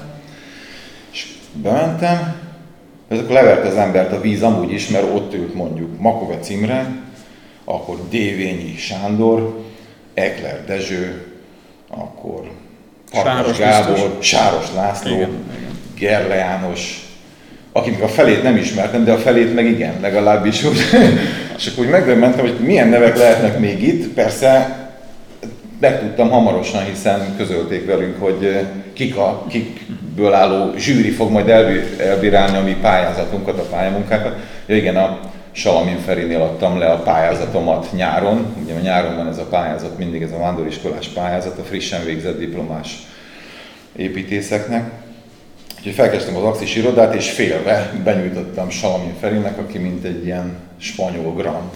És bementem, és akkor levert az embert a víz amúgy is, mert ott ült mondjuk Makovec Imre, akkor Dévényi Sándor, Ekler Dezső, akkor Farkas Gábor, biztos. Sáros László, igen, igen. Gerle János, akinek a felét nem ismertem, de a felét meg igen, legalábbis úgy. És akkor úgy megdöbbentem, hogy milyen nevek lehetnek még itt. Persze megtudtam hamarosan, hiszen közölték velünk, hogy kik a, kikből álló zsűri fog majd elbírálni a mi pályázatunkat, a pályamunkákat. Ja igen, a Salamin Ferinél adtam le a pályázatomat nyáron. Ugye a nyáron van ez a pályázat, mindig ez a vándoriskolás pályázat, a frissen végzett diplomás építészeknek. Úgyhogy felkezdtem az Axis irodát, és félve benyújtottam Salamin Ferinek, aki mint egy ilyen spanyol grand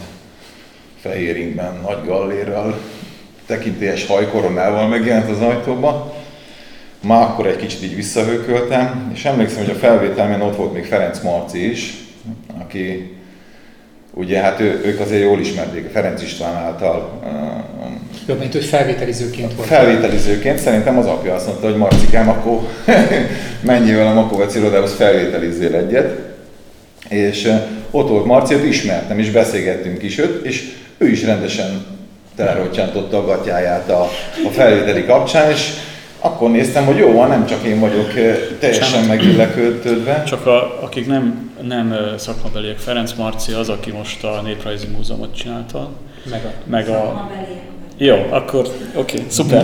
fehér ingben, nagy gallérrel, tekintélyes hajkoronával megjelent az ajtóba. Már akkor egy kicsit így visszahőköltem, és emlékszem, hogy a felvételmen ott volt még Ferenc Marci is, aki ugye hát ő, ők azért jól ismerték, a Ferenc István által. Jó, mint hogy felvételizőként volt. Felvételizőként, szerintem az apja azt mondta, hogy Marcikám, akkor menjél a Makovec irodához, felvételizzél egyet. És ott volt Marci, őt ismertem, és beszélgettünk is őt, és ő is rendesen telerottyántotta a gatyáját a, a felvételi kapcsán, és akkor néztem, hogy jó van, nem csak én vagyok teljesen megilleköltődve. Csak a, akik nem, nem szakmabeliek, Ferenc Marci az, aki most a Néprajzi Múzeumot csinálta. Meg a... Meg a jó, akkor oké, okay, szuper.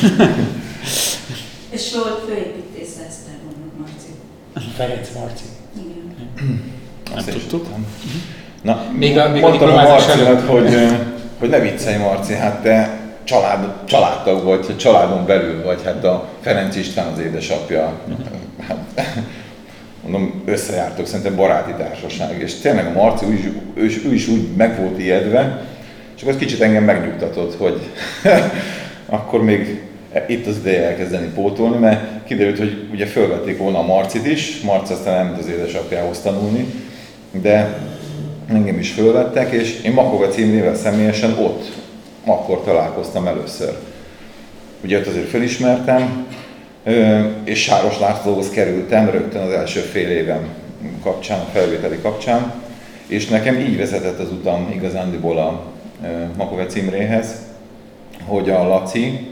És volt főépítész Esztergomnak Marci. Ferenc Marci. Igen. Nem tudtuk. Na, még a, még mondtam a Marcinak, hogy hogy ne viccelj Marci, hát te család, családtag vagy, családon belül vagy, hát a Ferenc István az édesapja. Hát, mondom, összejártok, szerintem baráti társaság, és tényleg a Marci ő is, ő is, ő is úgy meg volt ijedve, és akkor kicsit engem megnyugtatott, hogy akkor még itt az ideje elkezdeni pótolni, mert kiderült, hogy ugye fölvették volna a Marcit is, Marci aztán elment az édesapjához tanulni, de engem is fölvettek, és én Makovec Imrével személyesen ott, akkor találkoztam először. Ugye ott azért felismertem, és Sáros Lászlóhoz kerültem rögtön az első fél évem kapcsán, a felvételi kapcsán, és nekem így vezetett az utam igazándiból a Makovec Imréhez, hogy a Laci,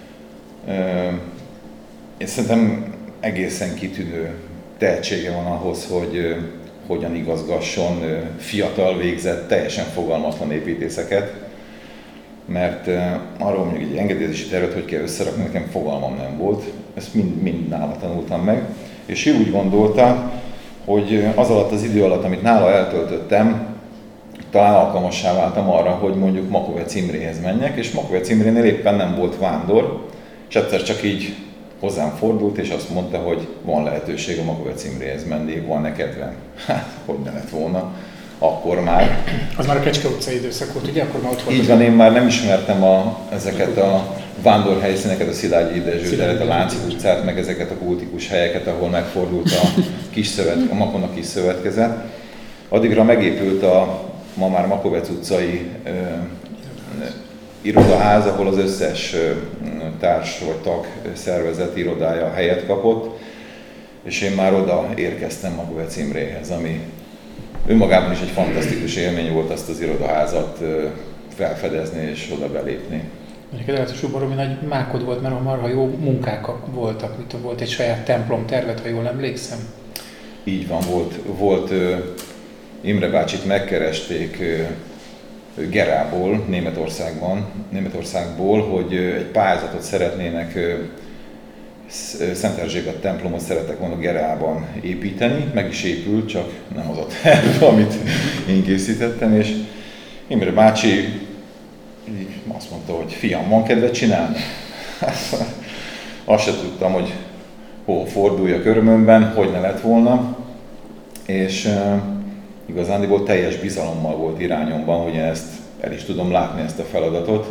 én szerintem egészen kitűnő tehetsége van ahhoz, hogy hogyan igazgasson fiatal végzett, teljesen fogalmatlan építészeket, mert arról mondjuk egy engedélyezési tervet, hogy kell összerakni, nekem fogalmam nem volt, ezt mind, mind nála tanultam meg, és ő úgy gondolta, hogy az alatt az idő alatt, amit nála eltöltöttem, talán alkalmassá váltam arra, hogy mondjuk Makovec Imréhez menjek, és Makovec Imrénél éppen nem volt vándor, és egyszer csak így hozzám fordult, és azt mondta, hogy van lehetőség a Makovec Imréhez menni, van-e kedvem? Hát, hogy ne lett volna, akkor már. Az már a Kecske utcai időszak volt, ugye? Akkor már ott volt. Így van, én már nem ismertem a, ezeket a vándorhelyszíneket, a Szilágyi Dezső teret, a Lánchíd utcát, meg ezeket a kultikus helyeket, ahol megfordult a, kis szövet, a Makona kis szövetkezet. Addigra megépült a ma már Makovec utcai ö, irodaház, ahol az összes ö, társ vagy tag szervezet irodája helyet kapott, és én már oda érkeztem Makovec Imréhez, ami önmagában is egy fantasztikus élmény volt azt az irodaházat ö, felfedezni és oda belépni. Mondjuk ez ráadásul baromi nagy mákod volt, mert marha jó munkák voltak, mit volt egy saját templom tervet, ha jól emlékszem. Így van, volt, volt ö, Imre bácsit megkeresték ö, Gerából, Németországban, Németországból, hogy ö, egy pályázatot szeretnének, ö, Szent Erzsébet templomot szerettek volna Gerában építeni, meg is épült, csak nem az a terv, amit én készítettem, és Imre bácsi azt mondta, hogy fiam, van kedved csinálni? Azt se tudtam, hogy hol fordulj a körmömben, hogy ne lett volna, és uh, igazándiból teljes bizalommal volt irányomban, hogy én ezt el is tudom látni, ezt a feladatot.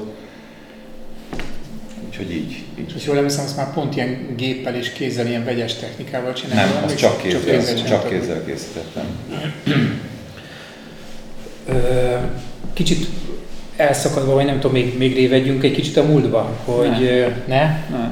Úgyhogy így. így. És jól emlékszem, azt már pont ilyen géppel és kézzel, ilyen vegyes technikával csináltam. Nem, azt csak kézzel, csak kézzel, csak kézzel készítettem. Kicsit elszakadva, vagy nem tudom, még, még révedjünk egy kicsit a múltba, hogy ne? ne? ne.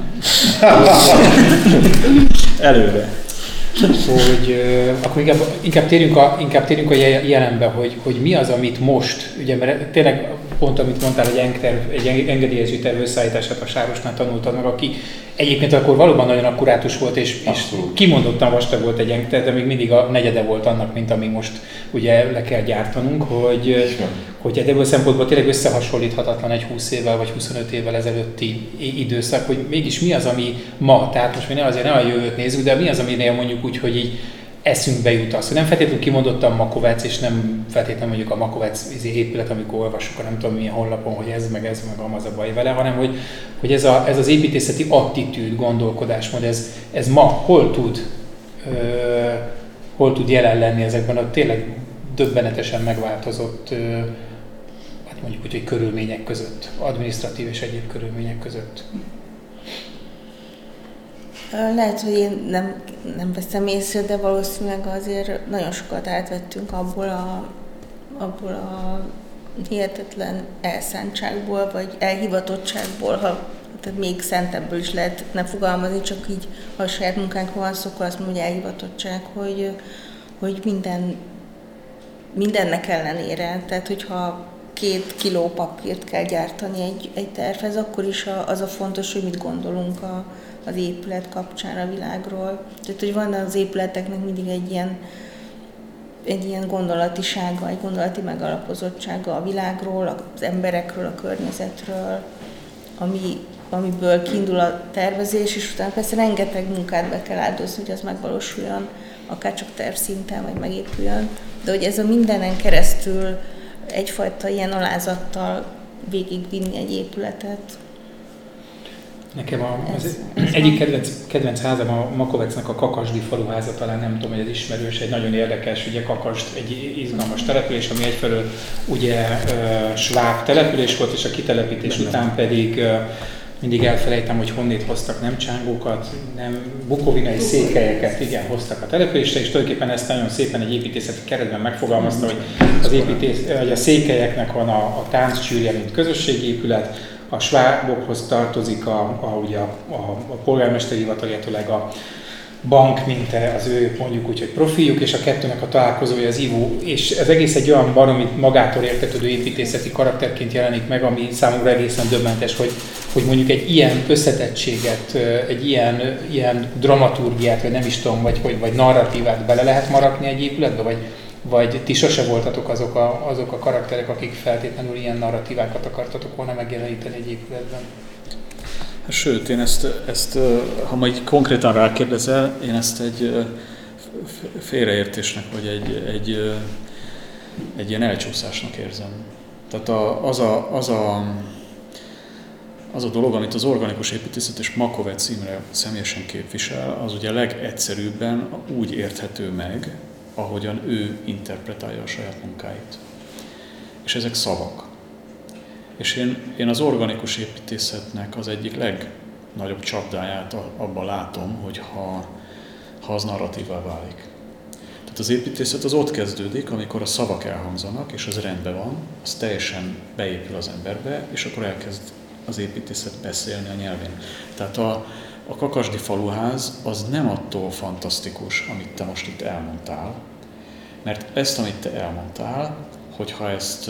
Előre. Hogy akkor inkább, inkább, térjünk a, inkább térjünk a jelenbe, hogy, hogy mi az, amit most, ugye, mert tényleg pont amit mondtál, hogy engterv, egy engedélyező terv összeállítását a Sárosnál tanultad meg, aki egyébként akkor valóban nagyon akkurátus volt, és, és kimondottan vastag volt egy engterv, de még mindig a negyede volt annak, mint ami most ugye le kell gyártanunk, hogy, hogy ebből szempontból tényleg összehasonlíthatatlan egy húsz évvel vagy huszonöt évvel ezelőtti időszak, hogy mégis mi az, ami ma, tehát most mi nem azért nem a jövőt nézzük, de mi az, aminél mondjuk úgy, hogy így eszünkbe jut az, hogy nem feltétlenül kimondottan Makovec, és nem feltétlenül mondjuk a Makovec épület, amikor olvassuk a nem tudom milyen honlapon, hogy ez meg ez meg amaz a baj vele, hanem hogy, hogy ez, a, ez az építészeti attitűd, gondolkodásmód, ez, ez ma hol tud, ö, hol tud jelen lenni ezekben a tényleg döbbenetesen megváltozott, ö, hát mondjuk úgy, hogy körülmények között, adminisztratív és egyéb körülmények között. Lehet, hogy én nem, nem veszem észre, de valószínűleg azért nagyon sokat átvettünk abból a, abból a hihetetlen elszántságból, vagy elhivatottságból, ha tehát még szentebből is lehetne fogalmazni, csak így, ha a saját munkánkról van szó, akkor azt mondom, hogy elhivatottság, hogy, hogy minden, mindennek ellenére, tehát hogyha két kiló papírt kell gyártani egy, egy tervhez, akkor is a, az a fontos, hogy mit gondolunk a az épület kapcsán a világról. Tehát, hogy van az épületeknek mindig egy ilyen, egy ilyen gondolatisága, egy gondolati megalapozottsága a világról, az emberekről, a környezetről, ami, amiből kiindul a tervezés, és utána persze rengeteg munkát be kell áldozni, hogy az megvalósuljon, akár csak tervszinten, vagy megépüljön. De hogy ez a mindenen keresztül egyfajta ilyen alázattal végigvinni egy épületet. Nekem a, az Ez- ez egyik kedvenc, kedvenc házam a Makovecnek a Kakasdi faluháza, talán nem tudom, hogy ez ismerős, egy nagyon érdekes, ugye Kakasd egy izgalmas település, ami egyfelől ugye uh, sváb település volt, és a kitelepítés Nem, után pedig uh, mindig elfelejtem, hogy honnét hoztak, nem csángókat, nem bukovinai székelyeket, igen, hoztak a településre, és tulajdonképpen ezt nagyon szépen egy építészeti keretben megfogalmazta, hogy az építész, hogy a székelyeknek van a, a tánccsűrje, mint közösségi épület, a svábokhoz tartozik a, a, ugye a, a, a polgármesteri hivatal, illetőleg a bank, mint az ő mondjuk úgy, hogy profiljuk, és a kettőnek a találkozója az ivó, és ez egész egy olyan baromi magától értetődő építészeti karakterként jelenik meg, ami számomra egészen döbbentes, hogy, hogy mondjuk egy ilyen összetettséget, egy ilyen, ilyen dramaturgiát, vagy nem is tudom, vagy, vagy, vagy narratívát bele lehet maradni egy épületbe, vagy, vagy ti sose voltatok azok a, azok a karakterek, akik feltétlenül ilyen narratívákat akartatok volna megjeleníteni egy épületben? Sőt, én ezt, ezt ha majd konkrétan rákérdezel, én ezt egy félreértésnek, vagy egy, egy, egy ilyen elcsúszásnak érzem. Tehát a, az, a, az, a, az a dolog, amit az organikus építészet és Makovec Imre személyesen képvisel, az ugye legegyszerűbben úgy érthető meg, ahogyan ő interpretálja a saját munkáit. És ezek szavak. És én, én az organikus építészetnek az egyik legnagyobb csapdáját abban látom, hogy ha, ha az narratívá válik. Tehát az építészet az ott kezdődik, amikor a szavak elhangzanak, és az rendben van, az teljesen beépül az emberbe, és akkor elkezd az építészet beszélni a nyelvén. Tehát a, a Kakasdi faluház az nem attól fantasztikus, amit te most itt elmondtál, mert ezt, amit te elmondtál, hogyha ezt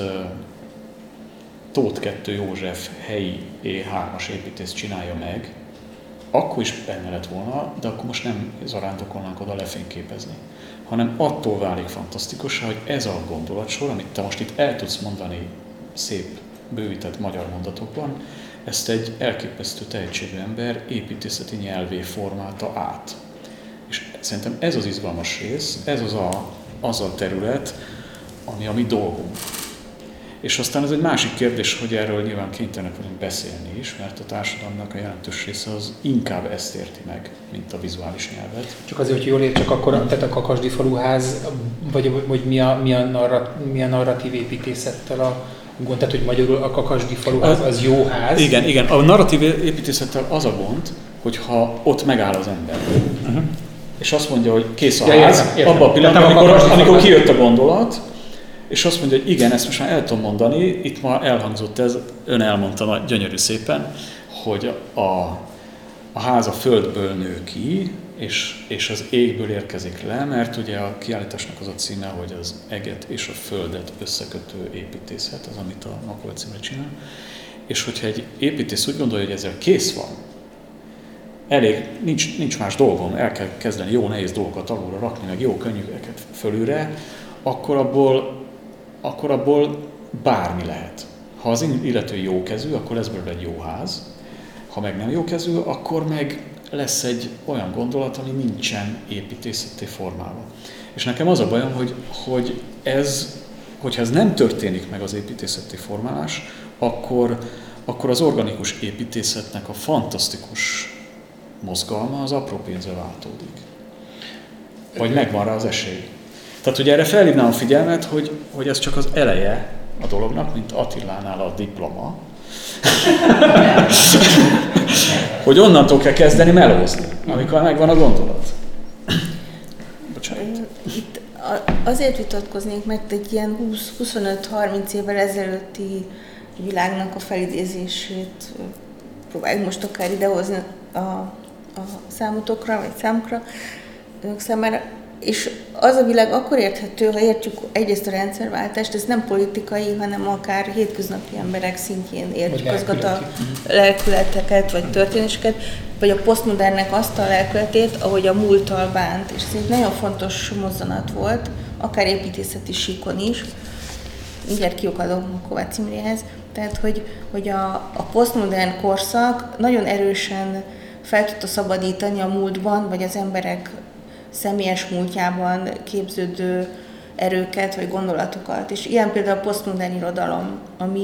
Tóth kettő József helyi é hármas építész csinálja meg, akkor is benne lett volna, de akkor most nem zarándokolnánk oda lefényképezni, hanem attól válik fantasztikus, hogy ez a gondolatsor, amit te most itt el tudsz mondani szép, bővített magyar mondatokban, ezt egy elképesztő tehetségű ember építészeti nyelvé formálta át. És szerintem ez az izgalmas rész, ez az a, az a terület, ami a mi dolgunk. És aztán ez egy másik kérdés, hogy erről nyilván kénytelenek vagyunk beszélni is, mert a társadalomnak a jelentős része az inkább ezt érti meg, mint a vizuális nyelvet. Csak azért, hogy jól értsek, akkor tehát a Kakasdi faluház, vagy, vagy mi, a, mi, a narrat, mi a narratív építészettel a gond, tehát hogy magyarul a Kakasdi faluház az jó ház. Igen, igen. A narratív építészettel az a gond, hogyha ott megáll az ember. Uh-huh. És azt mondja, hogy kész a ja, ház, értem, értem. abban a pillanatban, a amikor, amikor kijött a gondolat, és azt mondja, hogy igen, ezt most már el tudom mondani, itt ma elhangzott ez, ön elmondta gyönyörű szépen, hogy a, a ház a földből nő ki, és, és az égből érkezik le, mert ugye a kiállításnak az a címe, hogy az eget és a földet összekötő építészet, az, amit a Makovec Imre csinál. És hogyha egy építész úgy gondolja, hogy ezzel kész van, elég, nincs, nincs más dolgom, el kell kezdeni jó nehéz dolgokat alulra rakni, meg jó könnyűeket fölülre, akkor abból, akkor abból bármi lehet. Ha az illető jókezű, akkor lesz belőle egy jó ház. Ha meg nem jókezű, akkor meg lesz egy olyan gondolat, ami nincsen építészetté formálva. És nekem az a bajom, hogy, hogy ez, hogyha ez nem történik meg az építészetté formálás, akkor, akkor az organikus építészetnek a fantasztikus mozgalma az apró pénzre váltódik. Vagy megvan rá az esély. Tehát ugye erre felhívnám a figyelmet, hogy, hogy ez csak az eleje a dolognak, mint Attilánál a diploma. Hogy onnantól kell kezdeni melózni, amikor megvan a gondolat. Bocsánat. Itt azért vitatkoznék, mert egy ilyen húsz-huszonöt-harminc évvel ezelőtti világnak a felidézését próbáljuk most akár idehozni a, a számotokra, vagy számukra, önök számára. És az a világ akkor érthető, ha értjük egyrészt a rendszerváltást, ez nem politikai, hanem akár hétköznapi emberek szintjén értjük azokat a lelkületeket, vagy történéseket, vagy a posztmodernnek azt a lelkületét, ahogy a múlttal bánt. És szerintem nagyon fontos mozzanat volt, akár építészeti síkon is, mindjárt kiukadom Makovec Imréhez, tehát hogy, hogy a, a posztmodern korszak nagyon erősen fel tudta szabadítani a múltban, vagy az emberek személyes múltjában képződő erőket vagy gondolatokat. És ilyen például a posztmodern irodalom, ami,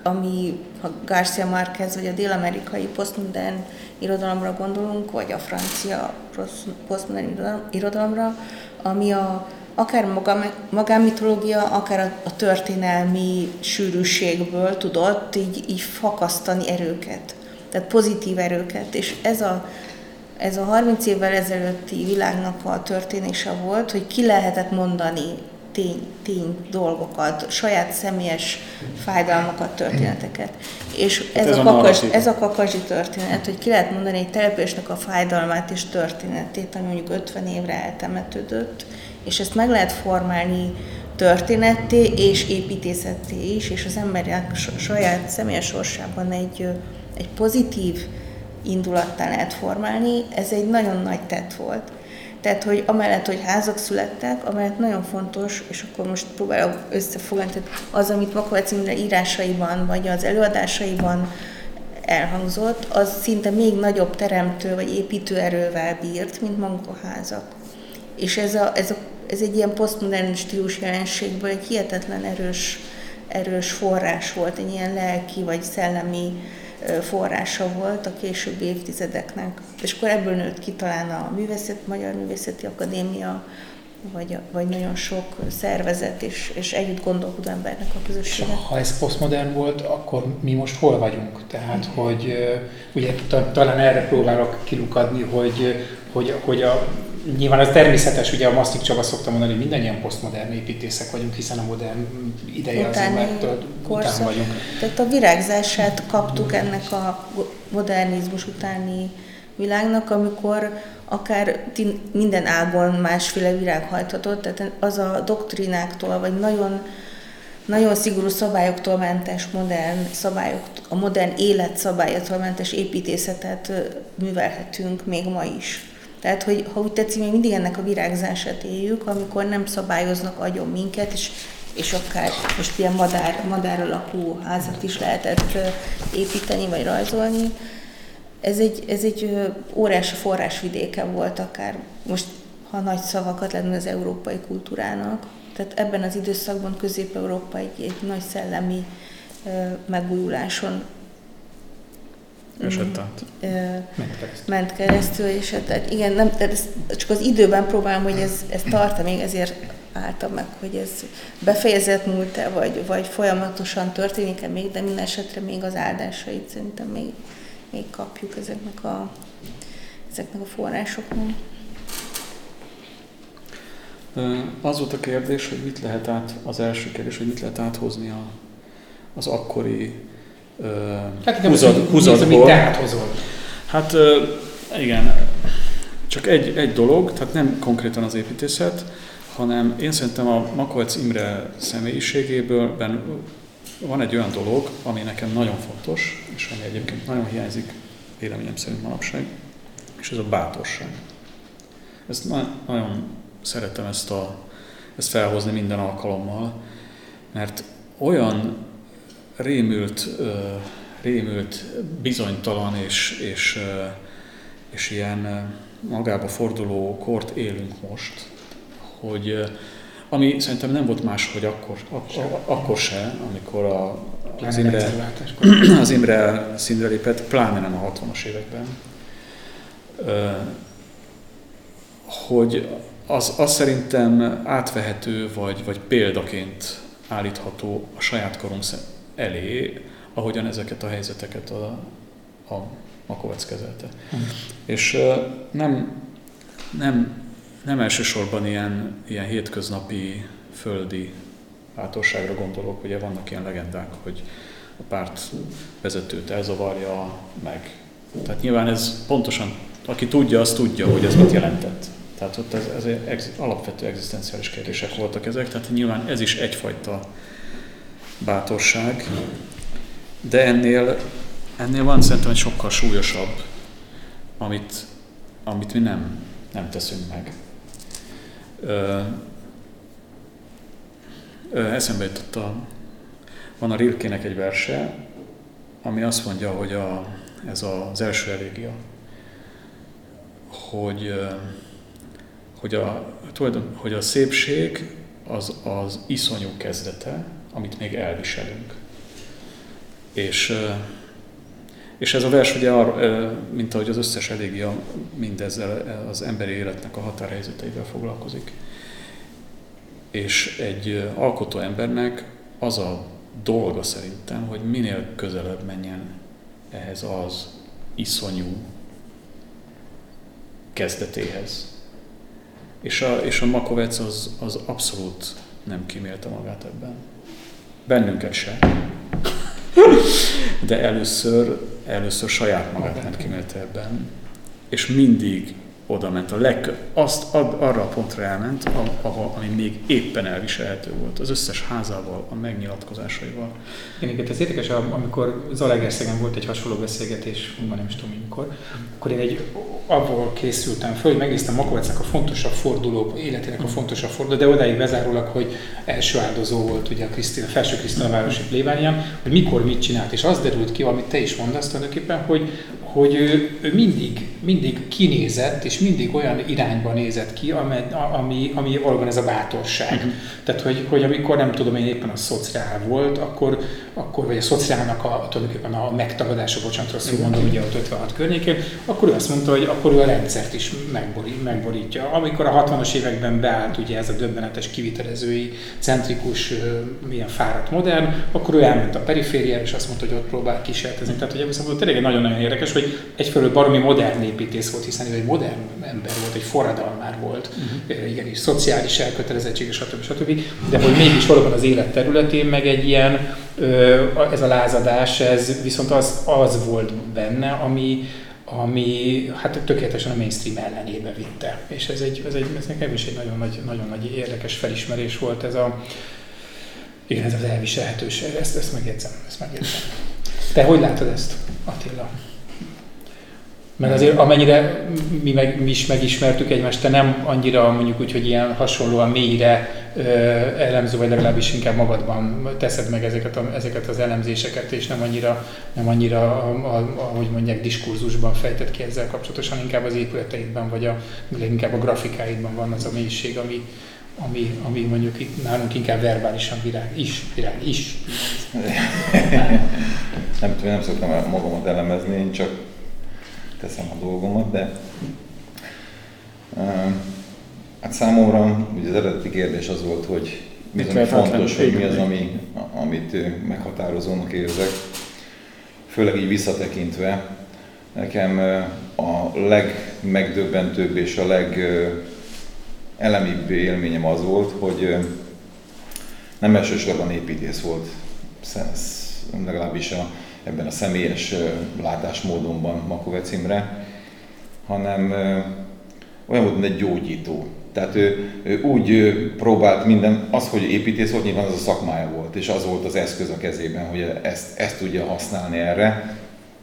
ami ha García Márquez vagy a dél-amerikai posztmodern irodalomra gondolunk, vagy a francia posztmodern irodalomra, ami a, akár magánmitológia, akár a, a történelmi sűrűségből tudott így, így fakasztani erőket, tehát pozitív erőket, és ez a Ez a harminc évvel ezelőtti világnak a történése volt, hogy ki lehetett mondani tény, tény dolgokat, saját személyes fájdalmakat, történeteket. És ez, ez, a, kakas, ez a kakasi történet, hogy ki lehet mondani egy településnek a fájdalmát és történetét, ami mondjuk ötven évre eltemetődött, és ezt meg lehet formálni történetté és építészetté is, és az emberek saját személyes sorsában egy, egy pozitív indulattá lehet formálni, ez egy nagyon nagy tett volt. Tehát, hogy amellett, hogy házak születtek, amellett nagyon fontos, és akkor most próbálok összefoglalni, tehát az, amit Makovec Imre írásaiban, vagy az előadásaiban elhangzott, az szinte még nagyobb teremtő, vagy építő erővel bírt, mint maguk a házak. És ez, a, ez, a, ez egy ilyen posztmodern stílus jelenségből egy hihetetlen erős, erős forrás volt, egy ilyen lelki, vagy szellemi forrása volt a későbbi évtizedeknek. És akkor ebből nőtt ki talán a művészet, Magyar Művészeti Akadémia, vagy, vagy nagyon sok szervezet és, és együtt gondolkodó embernek a közössége. Ha ez posztmodern volt, akkor mi most hol vagyunk? Tehát, hogy ugye talán erre próbálok kilukadni, hogy, hogy, hogy a, nyilván az természetes, ugye a Masztik Csaba szokta mondani, hogy mindannyian posztmodern építészek vagyunk, hiszen a modern ideje az embertől után vagyunk. Tehát a virágzását kaptuk ennek a modernizmus utáni világnak, amikor akár minden ágon másféle virág hajthatott, tehát az a doktrináktól, vagy nagyon, nagyon szigorú szabályoktól mentes modern szabályok, a modern élet szabályától mentes építészetet művelhetünk még ma is. Tehát, hogy ha úgy tetszik, még mindig ennek a virágzását éljük, amikor nem szabályoznak agyon minket, és, és akár most ilyen madár, madár alakú házat is lehetett építeni, vagy rajzolni. Ez egy, ez egy óriási forrásvidéke volt akár, most ha nagy szavakat lenne az európai kultúrának. Tehát ebben az időszakban Közép-Európa egy, egy nagy szellemi megújuláson esett át. Ment keresztül. Ment keresztül, és tehát igen, nem, tehát ez, csak az időben próbálom, hogy ez, ez tart, még ezért álltam meg, hogy ez befejezett múlt-e, vagy, vagy folyamatosan történik-e még, de minden esetre még az áldásait szerintem még, még kapjuk ezeknek a, ezeknek a forrásoknak. Az volt a kérdés, hogy mit lehet át, az első kérdés, hogy mit lehet áthozni a, az akkori hát húzat, húzatból. Mit te áthozol? Hát igen, csak egy, egy dolog, tehát nem konkrétan az építészet, hanem én szerintem a Makovec Imre személyiségéből van egy olyan dolog, ami nekem nagyon fontos, és ami egyébként nagyon hiányzik véleményem szerint manapság, és ez a bátorság. Ezt na- nagyon szeretem ezt, a, ezt felhozni minden alkalommal, mert olyan rémült, rémült bizonytalan és, és, és ilyen magába forduló kort élünk most, hogy ami szerintem nem volt máshogy akkor, ak- akkor se, amikor a, az, Imre, az Imre színre lépett, pláne nem a hatvanas években, hogy az, az szerintem átvehető, vagy, vagy példaként állítható a saját korunk elé, ahogyan ezeket a helyzeteket a, a Makovec kezelte. Hmm. És uh, nem, nem, nem elsősorban ilyen, ilyen hétköznapi, földi bátorságra gondolok, ugye vannak ilyen legendák, hogy a párt vezetőt elzavarja meg. Tehát nyilván ez pontosan, aki tudja, az tudja, hogy ez mit jelentett. Tehát ott ez, ez ex, alapvető egzisztenciális kérdések voltak ezek, tehát nyilván ez is egyfajta bátorság, de ennél, ennél van szerintem egy sokkal súlyosabb, amit, amit mi nem, nem teszünk meg. Ö, ö, eszembe jutott a, van a Rilkének egy verse, ami azt mondja, hogy a, ez az első elégia, hogy, hogy, a, tulajdon, hogy a szépség az, az iszonyú kezdete, amit még elviselünk. És, és ez a vers ugye, mint ahogy az összes elégia, mindezzel az emberi életnek a határhelyzeteivel foglalkozik. És egy alkotó embernek az a dolga szerintem, hogy minél közelebb menjen ehhez az iszonyú kezdetéhez. És a, és a Makovecz az, az abszolút nem kímélte magát ebben. Bennünket se. De először, először saját magát nem kímélte ebben. És mindig oda ment, a leg, azt ad, arra a pontra elment, ahol, ami még éppen elviselhető volt, az összes házával, a megnyilatkozásaival. Igen, ez érdekes, amikor Zalaegerszegen volt egy hasonló beszélgetés, ma nem is tudom mikor, akkor én egy, abból készültem föl, hogy megnéztem Makovecznek a fontosabb forduló, életének a fontosabb forduló, de odáig bezárólag, hogy első áldozó volt ugye a Krisztina, a Felső Krisztina városi plébánián, hogy mikor mit csinált, és az derült ki, amit te is mondasz tulajdonképpen, hogy hogy ő, ő mindig, mindig kinézett, és mindig olyan irányba nézett ki, ami, ami valóban ez a bátorság. Uh-huh. Tehát, hogy, hogy amikor nem tudom én éppen a szociál volt, akkor, akkor vagy a szociálnak a, tulajdonképpen a megtagadása, bocsánat, rosszul uh-huh. mondom, ugye ott ötvenhat környékén, akkor ő azt mondta, hogy akkor ő a rendszert is megborít, megborítja. Amikor a hatvanas években beállt ugye ez a döbbenetes kivitelezői, centrikus, milyen fáradt modern, akkor ő elment a perifériára, és azt mondta, hogy ott próbál kísérletezni. Tehát, hogy ebből szempontból tényleg nagyon-nagyon érdekes, hogy egyfelől baromi modern építész volt, hiszen ő egy modern ember volt, egy forradalmár volt, uh-huh. igenis, szociális elkötelezettség, stb. stb. De hogy mégis valóban az élet területén meg egy ilyen, ez a lázadás, ez viszont az, az volt benne, ami, ami hát tökéletesen a mainstream ellenébe vitte. És ez, egy, ez, egy, ez nekem is egy nagyon nagy, nagyon nagy érdekes felismerés volt ez a, igen, ez az elviselhetőség, ezt, ezt megjegyzem, ezt megjegyzem. Te hogy látod ezt, Attila? Mert azért amennyire mi, meg, mi is megismertük egymást, te nem annyira mondjuk úgy, hogy ilyen hasonlóan mélyre ö, elemző, vagy legalábbis inkább magadban teszed meg ezeket, a, ezeket az elemzéseket, és nem annyira, nem annyira a, a, ahogy mondják, diskurzusban fejtett ki ezzel kapcsolatosan, inkább az épületeidben, vagy a, inkább a grafikáidban van az a mélység, ami, ami, ami mondjuk itt nálunk inkább verbálisan virág, is, virág, is. nem tudom, nem szoktam magamat elemezni, én csak teszem a dolgomat, de uh, hát számomra ugye az eredeti kérdés az volt, hogy mi az, ami fontos, hogy mi az, ami, amit meghatározónak érzek. Főleg így visszatekintve, nekem a legmegdöbbentőbb és a legelemibb élményem az volt, hogy nem elsősorban építész volt, legalábbis a ebben a személyes látásmódomban Makovecz Imre, hanem olyan volt, mint egy gyógyító. Tehát ő, ő úgy próbált minden, az, hogy építész volt, nyilván az a szakmája volt, és az volt az eszköz a kezében, hogy ezt, ezt tudja használni erre,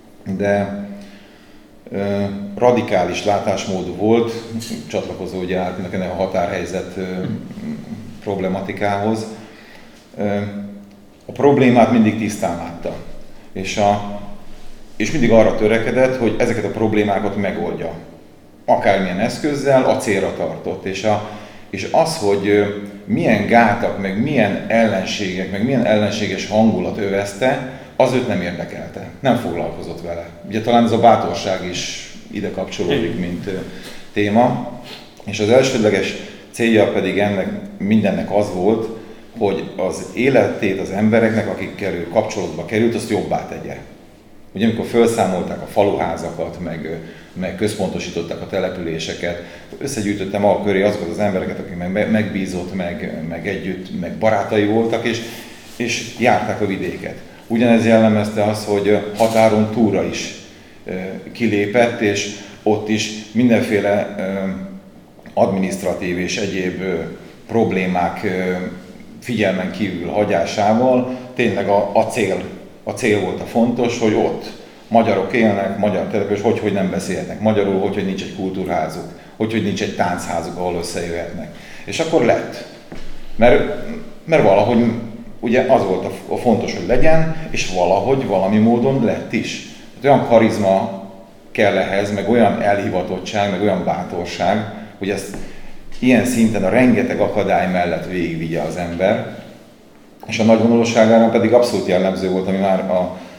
de ö, radikális látásmód volt, csatlakozó ugye állt a határhelyzet ö, problematikához. Ö, a problémát mindig tisztán látta. És, a, és mindig arra törekedett, hogy ezeket a problémákat megoldja. Akármilyen eszközzel, a célra tartott. És, a, és az, hogy milyen gátak, meg milyen ellenségek, meg milyen ellenséges hangulat övezte, az őt nem érdekelte. Nem foglalkozott vele. Ugye talán ez a bátorság is ide kapcsolódik, mint téma. És az elsődleges célja pedig ennek mindennek az volt, hogy az életét az embereknek, akikkel ő kapcsolatba került, azt jobbá tegye. Ugye amikor felszámolták a faluházakat, meg, meg központosították a településeket, összegyűjtöttem a köré azokat az embereket, akik meg megbízott, meg, meg együtt, meg barátai voltak, és, és járták a vidéket. Ugyanez jellemezte az, hogy határon túlra is kilépett, és ott is mindenféle adminisztratív és egyéb problémák figyelmen kívül hagyásával tényleg a, a, cél, a cél volt a fontos, hogy ott magyarok élnek, magyar település, hogy, hogy nem beszélhetnek magyarul, hogy, hogy nincs egy kultúrházuk, hogy, hogy nincs egy táncházuk, ahol összejöhetnek. És akkor lett. Mert, mert valahogy ugye az volt a, a fontos, hogy legyen, és valahogy, valami módon lett is. Tehát olyan karizma kell ehhez, meg olyan elhivatottság, meg olyan bátorság, hogy ezt ilyen szinten a rengeteg akadály mellett végigvigye az ember, és a nagyvonalúságára pedig abszolút jellemző volt, ami már a,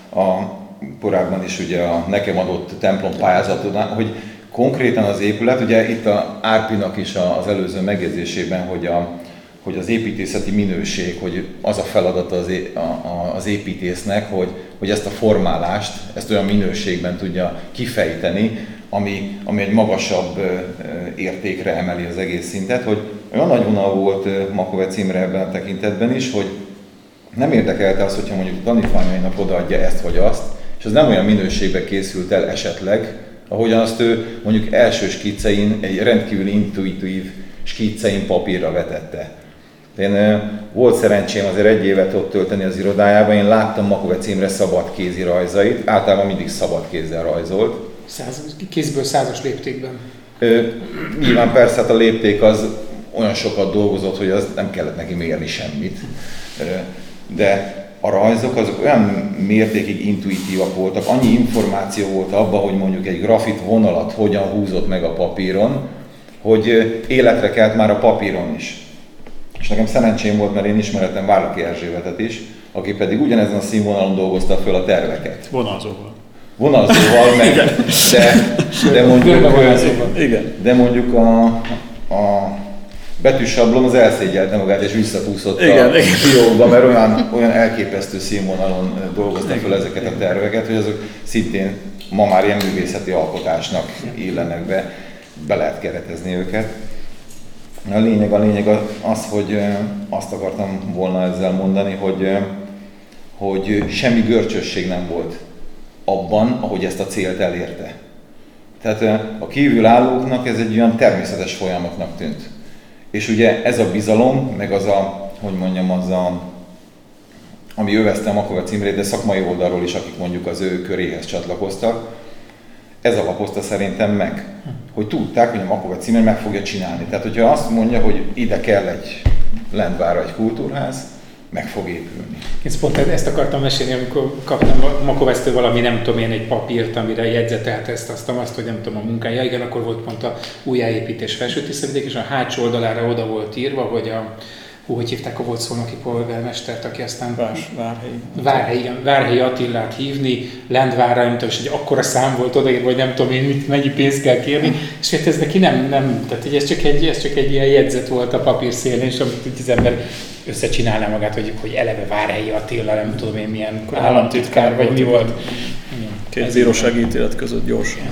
a korábban is ugye a nekem adott templom pályázatodnál, hogy konkrétan az épület, ugye itt a Árpinak is az előző megjegyzésében, hogy, a, hogy az építészeti minőség, hogy az a feladata az, é, a, az építésznek, hogy, hogy ezt a formálást, ezt olyan minőségben tudja kifejteni, ami, ami egy magasabb értékre emeli az egész szintet, hogy olyan nagy vonal volt Makovec Imre ebben a tekintetben is, hogy nem érdekelte az, hogyha mondjuk a tanítványainak odaadja ezt vagy azt, és az nem olyan minőségben készült el esetleg, ahogyan azt ő mondjuk első skiccein, egy rendkívül intuitív skiccein papírra vetette. Én volt szerencsém azért egy évet ott tölteni az irodájában, én láttam Makovec Imre szabadkézi rajzait, általában mindig szabadkézzel rajzolt. Száz, kézből százas léptékben. Ö, nyilván persze hát a lépték az olyan sokat dolgozott, hogy az nem kellett neki mérni semmit. Ö, de a rajzok azok olyan mértékig intuitívak voltak, annyi információ volt abban, hogy mondjuk egy grafit vonalat hogyan húzott meg a papíron, hogy életre kelt már a papíron is. És nekem szerencsém volt, mert én ismertem Várlaki Erzsébetet is, aki pedig ugyanezen a színvonalon dolgozta föl a terveket. Vonalzóval. Vonalzóval, meg, de, de mondjuk, Igen. de mondjuk a, a betűsablon az elszégyelte magát és visszakúszott igen, a fiókba, mert olyan, olyan elképesztő színvonalon dolgozta föl ezeket a terveket, hogy azok szintén ma már ilyen művészeti alkotásnak illenek be, be lehet keretezni őket. A lényeg, a lényeg az, hogy azt akartam volna ezzel mondani, hogy, hogy semmi görcsösség nem volt abban, ahogy ezt a célt elérte. Tehát a kívülállóknak ez egy olyan természetes folyamatnak tűnt. És ugye ez a bizalom, meg az a, hogy mondjam, az a, ami övezte a Makovec Imrét, de szakmai oldalról is, akik mondjuk az ő köréhez csatlakoztak, ez alapozta szerintem meg, hogy tudták, hogy a Makovec Imre meg fogja csinálni. Tehát, hogyha azt mondja, hogy ide kell egy Lendvárra egy kultúrház, meg fog épülni. Én pont ezt akartam mesélni, amikor kaptam Makovectől valami, nem tudom én, egy papírt, amire jegyzetelte ezt, azt, azt, hogy nem tudom a munkája. Igen, akkor volt pont a újjáépítés Felső-Tiszavidék, és a hátsó oldalára oda volt írva, hogy a hú, hogy hívták a volt szolnoki polgármestert, aki aztán Várhelyi. Várhelyi, igen, Várhelyi Attilát hívni, Lendvárra, nem tudom, és egy akkora szám volt odaírva, hogy nem tudom én, mit, mennyi pénzt kell kérni, és hát ez neki nem, nem tehát ez csak, egy, ez csak egy ilyen jegyzet volt a papírszélén, és amit az ember összecsinálná magát, hogy, hogy eleve Várhelyi Attila, nem tudom én milyen államtitkár, vagy mi volt. Két bírósági ítélet között gyorsan.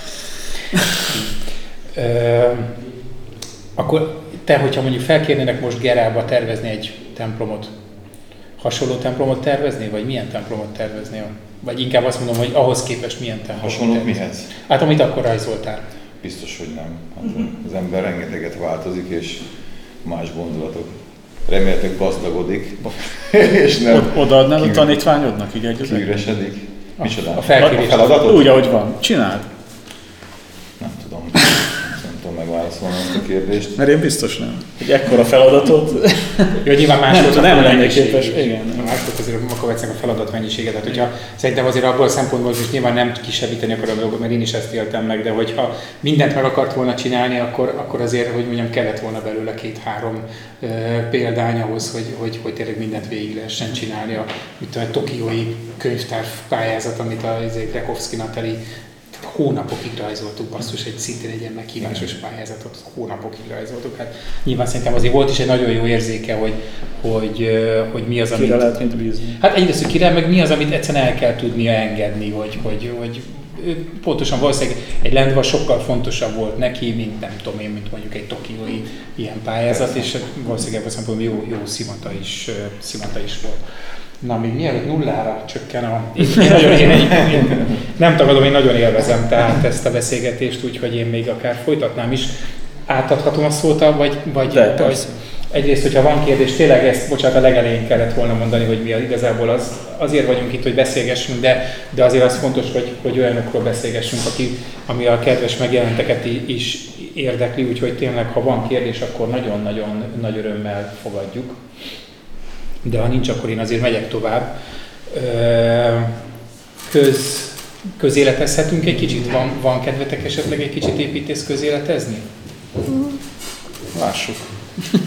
Akkor te, hogyha mondjuk felkérnének most Gerálba tervezni egy templomot, hasonló templomot tervezni, vagy milyen templomot tervezni? Vagy inkább azt mondom, hogy ahhoz képest milyen templomot Hasonló tervezni? mihez? Hát amit akkor rajzoltál. Biztos, hogy nem. Hát az ember rengeteget változik, és más gondolatok. Remélhetőleg gazdagodik, és nem odaadnál a tanítványodnak így egy kiüresedik. Micsoda? A felkérés. A feladatot? Úgy, ahogy van. Csináld. Nem tudom. Nem tudom megválaszolni ezt a kérdést. Mert én biztos nem. Egy ekkora feladatot. Jó, nyilván más nem, volt a nem lennék mennyiség. képes. Igen. Más volt azért a Makovecnek a feladat mennyisége. Tehát, hogyha szerintem azért abból a szempontból is nyilván nem kisebíteni akarom a dolgot, mert én is ezt éltem meg, de hogyha mindent meg akart volna csinálni, akkor, akkor azért, hogy mondjam, kellett volna belőle két-három uh, példány ahhoz, hogy, hogy, hogy tényleg mindent végig lehessen csinálni. A, mit tudom, a tokiói könyvtár pályázat, amit a Grekovszki Natali hónapokig rajzoltuk, basszus, egy szintén egy ilyen meghívásos pályázatot, hónapokig rajzoltuk. Hát nyilván szerintem azért volt is egy nagyon jó érzéke, hogy, hogy, hogy mi az, amit... Kire lehet mit bízni? Hát egyrészt, hogy kire, meg mi az, amit egyszerűen el kell tudnia engedni, hogy, hogy, hogy pontosan valószínűleg egy Lendva sokkal fontosabb volt neki, mint nem tudom én, mint mondjuk egy tokiói ilyen pályázat, és valószínűleg ebből szempontból jó, jó szimata is, szimata is volt. Na, még mielőtt nullára csökken a... Én, én nagyon, én, én, én, nem tagadom, én nagyon élvezem tehát ezt a beszélgetést, úgyhogy én még akár folytatnám is. Átadhatom a szót, vagy... vagy, De, vagy egyrészt, hogyha van kérdés, tényleg ezt, bocsánat, a legelején kellett volna mondani, hogy mi az, igazából az, azért vagyunk itt, hogy beszélgessünk, de, de azért az fontos, hogy, hogy olyanokról beszélgessünk, aki, ami a kedves megjelenteket is érdekli, úgyhogy tényleg, ha van kérdés, akkor nagyon-nagyon nagy örömmel fogadjuk. De ha nincs, akkor én azért megyek tovább. Köz, közéletezhetünk egy kicsit? Van, van kedvetek esetleg egy kicsit építész közéletezni? Lássuk.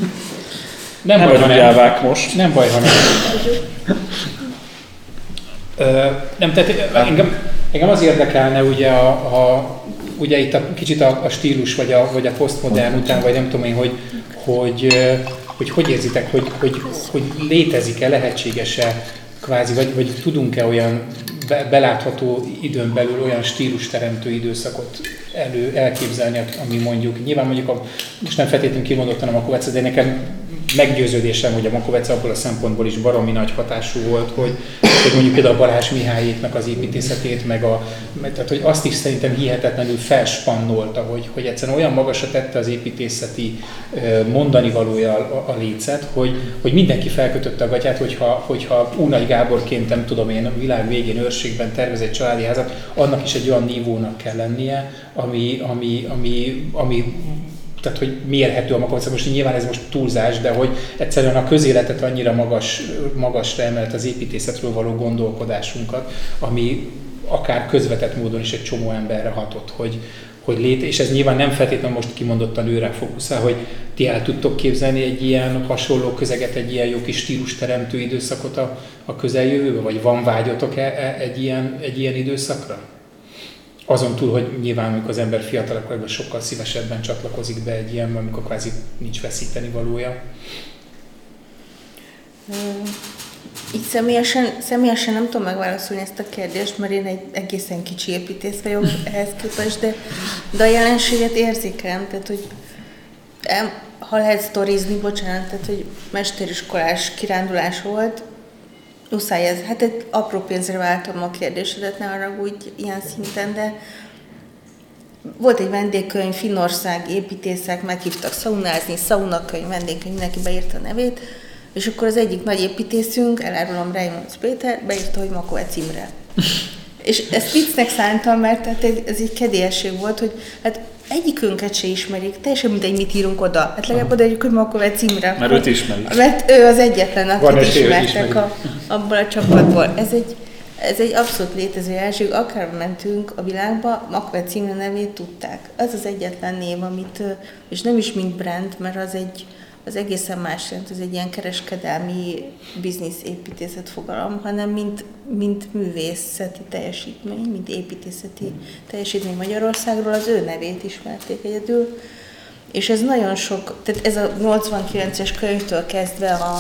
Nem, nem baj, ha nem. Jávák most. Nem baj, ha nem. Ö, nem, tehát engem, engem az érdekelne ugye, a, a, ugye itt a, kicsit a, a stílus, vagy a, vagy a posztmodern után, vagy nem tudom én, hogy hogy, hogy, hogy érzitek, hogy, hogy, hogy létezik-e, lehetséges-e kvázi, vagy, vagy tudunk-e olyan be, belátható időn belül olyan stílusteremtő időszakot elő, elképzelni, ami mondjuk, nyilván mondjuk a, most nem feltétlenül kimondottan a Makovec, de nekem meggyőződésem, hogy a Makovec abból a szempontból is baromi nagy hatású volt, hogy, hogy mondjuk például a Balázs Mihályéknak az építészetét, meg a, tehát hogy azt is szerintem hihetetlenül felspannolta, hogy, hogy egyszerűen olyan magasra tette az építészeti mondani valója a, a lécet, hogy, hogy mindenki felkötötte a gatyát, hogyha, hogyha Únagy Gáborként, nem tudom én, a világ végén őrségben tervez egy családi házat, annak is egy olyan nívónak kell lennie, ami, ami, ami, ami tehát, hogy mérhető a Makovec. Most nyilván ez most túlzás, de hogy egyszerűen a közéletet annyira magas, magasra emelt az építészetről való gondolkodásunkat, ami akár közvetett módon is egy csomó emberre hatott, hogy, hogy lét, és ez nyilván nem feltétlenül most kimondottan őre fókuszál, hogy ti el tudtok képzelni egy ilyen hasonló közeget, egy ilyen jó kis stílusteremtő időszakot a, a közeljövőbe, vagy van vágyatok -e egy ilyen, egy ilyen időszakra? Azon túl, hogy nyilván amikor az ember fiatalabb, sokkal szívesebben csatlakozik be egy ilyenbe, amikor kvázi nincs veszíteni valója. Így személyesen, személyesen nem tudom megválaszolni ezt a kérdést, mert én egy egészen kicsi építész vagyok ehhez képest, de, de a jelenséget érzékelem, tehát hogy ha lehet sztorizni, bocsánat, tehát hogy mesteriskolás kirándulás volt, muszáj ez, hát egy apró pénzre váltam a kérdésedet, ne haragudj ilyen szinten, de volt egy vendégkönyv, Finnország építészek, meghívtak szaunázni, szaunakönyv, vendégkönyv, mindenki beírta a nevét, és akkor az egyik nagy építészünk, elárulom Reimond Péter, beírta, hogy Makovec Imre. És ezt viccnek szántam, mert tehát ez egy kedélyesség volt, hogy hát egyikünket se ismerik, teljesen mindegy, mit írunk oda. Hát legalább odaadjuk, hogy Makovec Imre. Mert őt ismerik. Mert ő az egyetlen, akit ismertek a, abból a csapatból. Ez egy, ez egy abszolút létező jelenség. Akár mentünk a világba, Makovec Imre nevét tudták. Az az egyetlen név, amit, és nem is mint brand, mert az egy az egészen más jelent, ez egy ilyen kereskedelmi bizniszépítészet fogalom, hanem mint, mint művészeti teljesítmény, mint építészeti teljesítmény Magyarországról, az ő nevét ismerték egyedül. És ez nagyon sok, tehát ez a nyolcvankilences könyvtől kezdve a,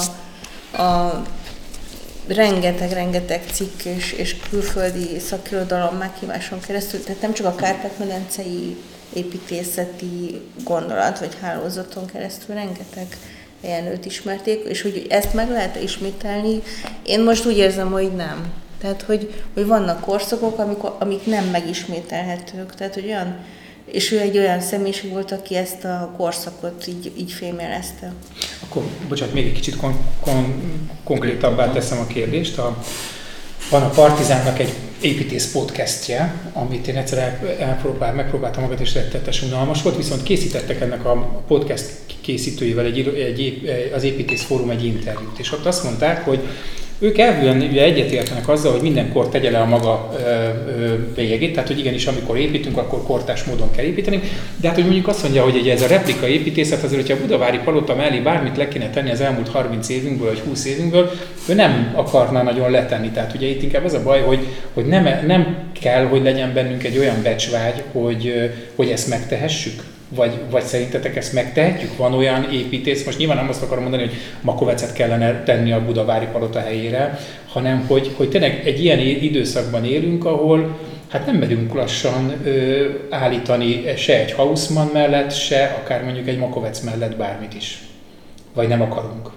a rengeteg-rengeteg cikk és, és külföldi szakirodalom meghíváson keresztül, tehát nem csak a Kárpát-medencei építészeti gondolat vagy hálózaton keresztül rengeteg helyen őt ismerték, és hogy ezt meg lehet ismételni, én most úgy érzem, hogy nem. Tehát, hogy, hogy vannak korszakok, amik, amik nem megismételhetők. Tehát, hogy olyan, és ő egy olyan személyiség volt, aki ezt a korszakot így, így fémjelezte. Akkor, bocsánat, még egy kicsit kon- kon- konkrétabbá teszem a kérdést. A, van a Partizánnak egy építész podcastje, amit én egyszer elpróbál, megpróbáltam magad, és rettetes unalmas volt, viszont készítettek ennek a podcast készítőivel egy, egy, az Építész Fórum egy interjút, és ott azt mondták, hogy ők elvűen egyetértenek azzal, hogy mindenkor tegye le a maga bélyegét, tehát hogy igenis, amikor építünk, akkor kortárs módon kell építeni, de hát hogy mondjuk azt mondja, hogy ez a replika építészet azért, hogyha a Budavári Palota mellé bármit le kéne tenni az elmúlt harminc évünkből, vagy húsz évünkből, ő nem akarná nagyon letenni. Tehát ugye itt inkább az a baj, hogy, hogy nem, nem kell, hogy legyen bennünk egy olyan becsvágy, hogy, hogy ezt megtehessük. Vagy, vagy szerintetek ezt megtehetjük? Van olyan építész, most nyilván nem azt akarom mondani, hogy Makovecet kellene tenni a Budavári Palota helyére, hanem hogy, hogy tényleg egy ilyen időszakban élünk, ahol hát nem merünk lassan ö, állítani se egy Haussmann mellett, se akár mondjuk egy Makovec mellett bármit is. Vagy nem akarunk.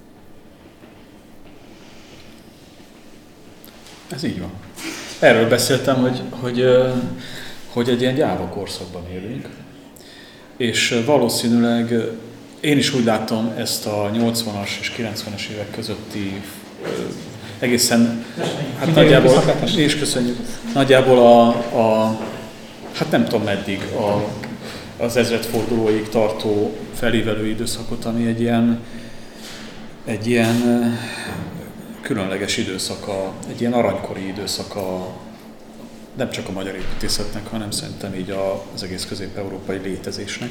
Ez így van. Erről beszéltem, hogy, hogy, hogy egy ilyen gyáva korszakban élünk. És valószínűleg én is úgy látom ezt a nyolcvanas és kilencvenes évek közötti egészen, hát nagyjából, és köszönjük, nagyjából a, a, hát nem tudom meddig, a, az ezredfordulóig tartó felívelő időszakot, ami egy ilyen, egy ilyen különleges időszaka, egy ilyen aranykori időszaka, nem csak a magyar építészetnek, hanem szerintem így az egész közép-európai létezésnek.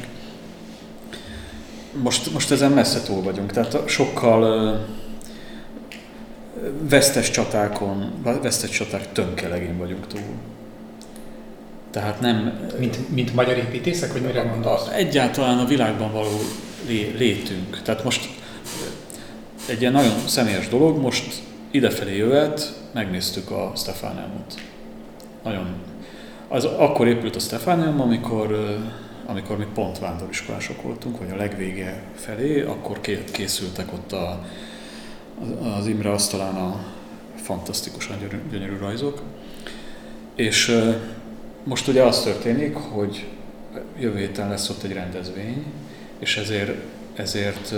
Most, most ezen messze túl vagyunk, tehát sokkal vesztes csatákon, vesztes csaták tömkelegén vagyunk túl. Tehát nem... Mint, mint magyar építészek, vagy mire gondolsz? Egyáltalán a világban való lé, létünk. Tehát most egy ilyen nagyon személyes dolog, most idefelé jövet, megnéztük a Stefániumot. Nagyon... Az, akkor épült a Stefánium, amikor, amikor mi pont vándoriskolások voltunk, vagy a legvége felé, akkor készültek ott a, az Imre asztalán a fantasztikusan gyönyörű rajzok. És most ugye az történik, hogy jövő héten lesz ott egy rendezvény, és ezért, ezért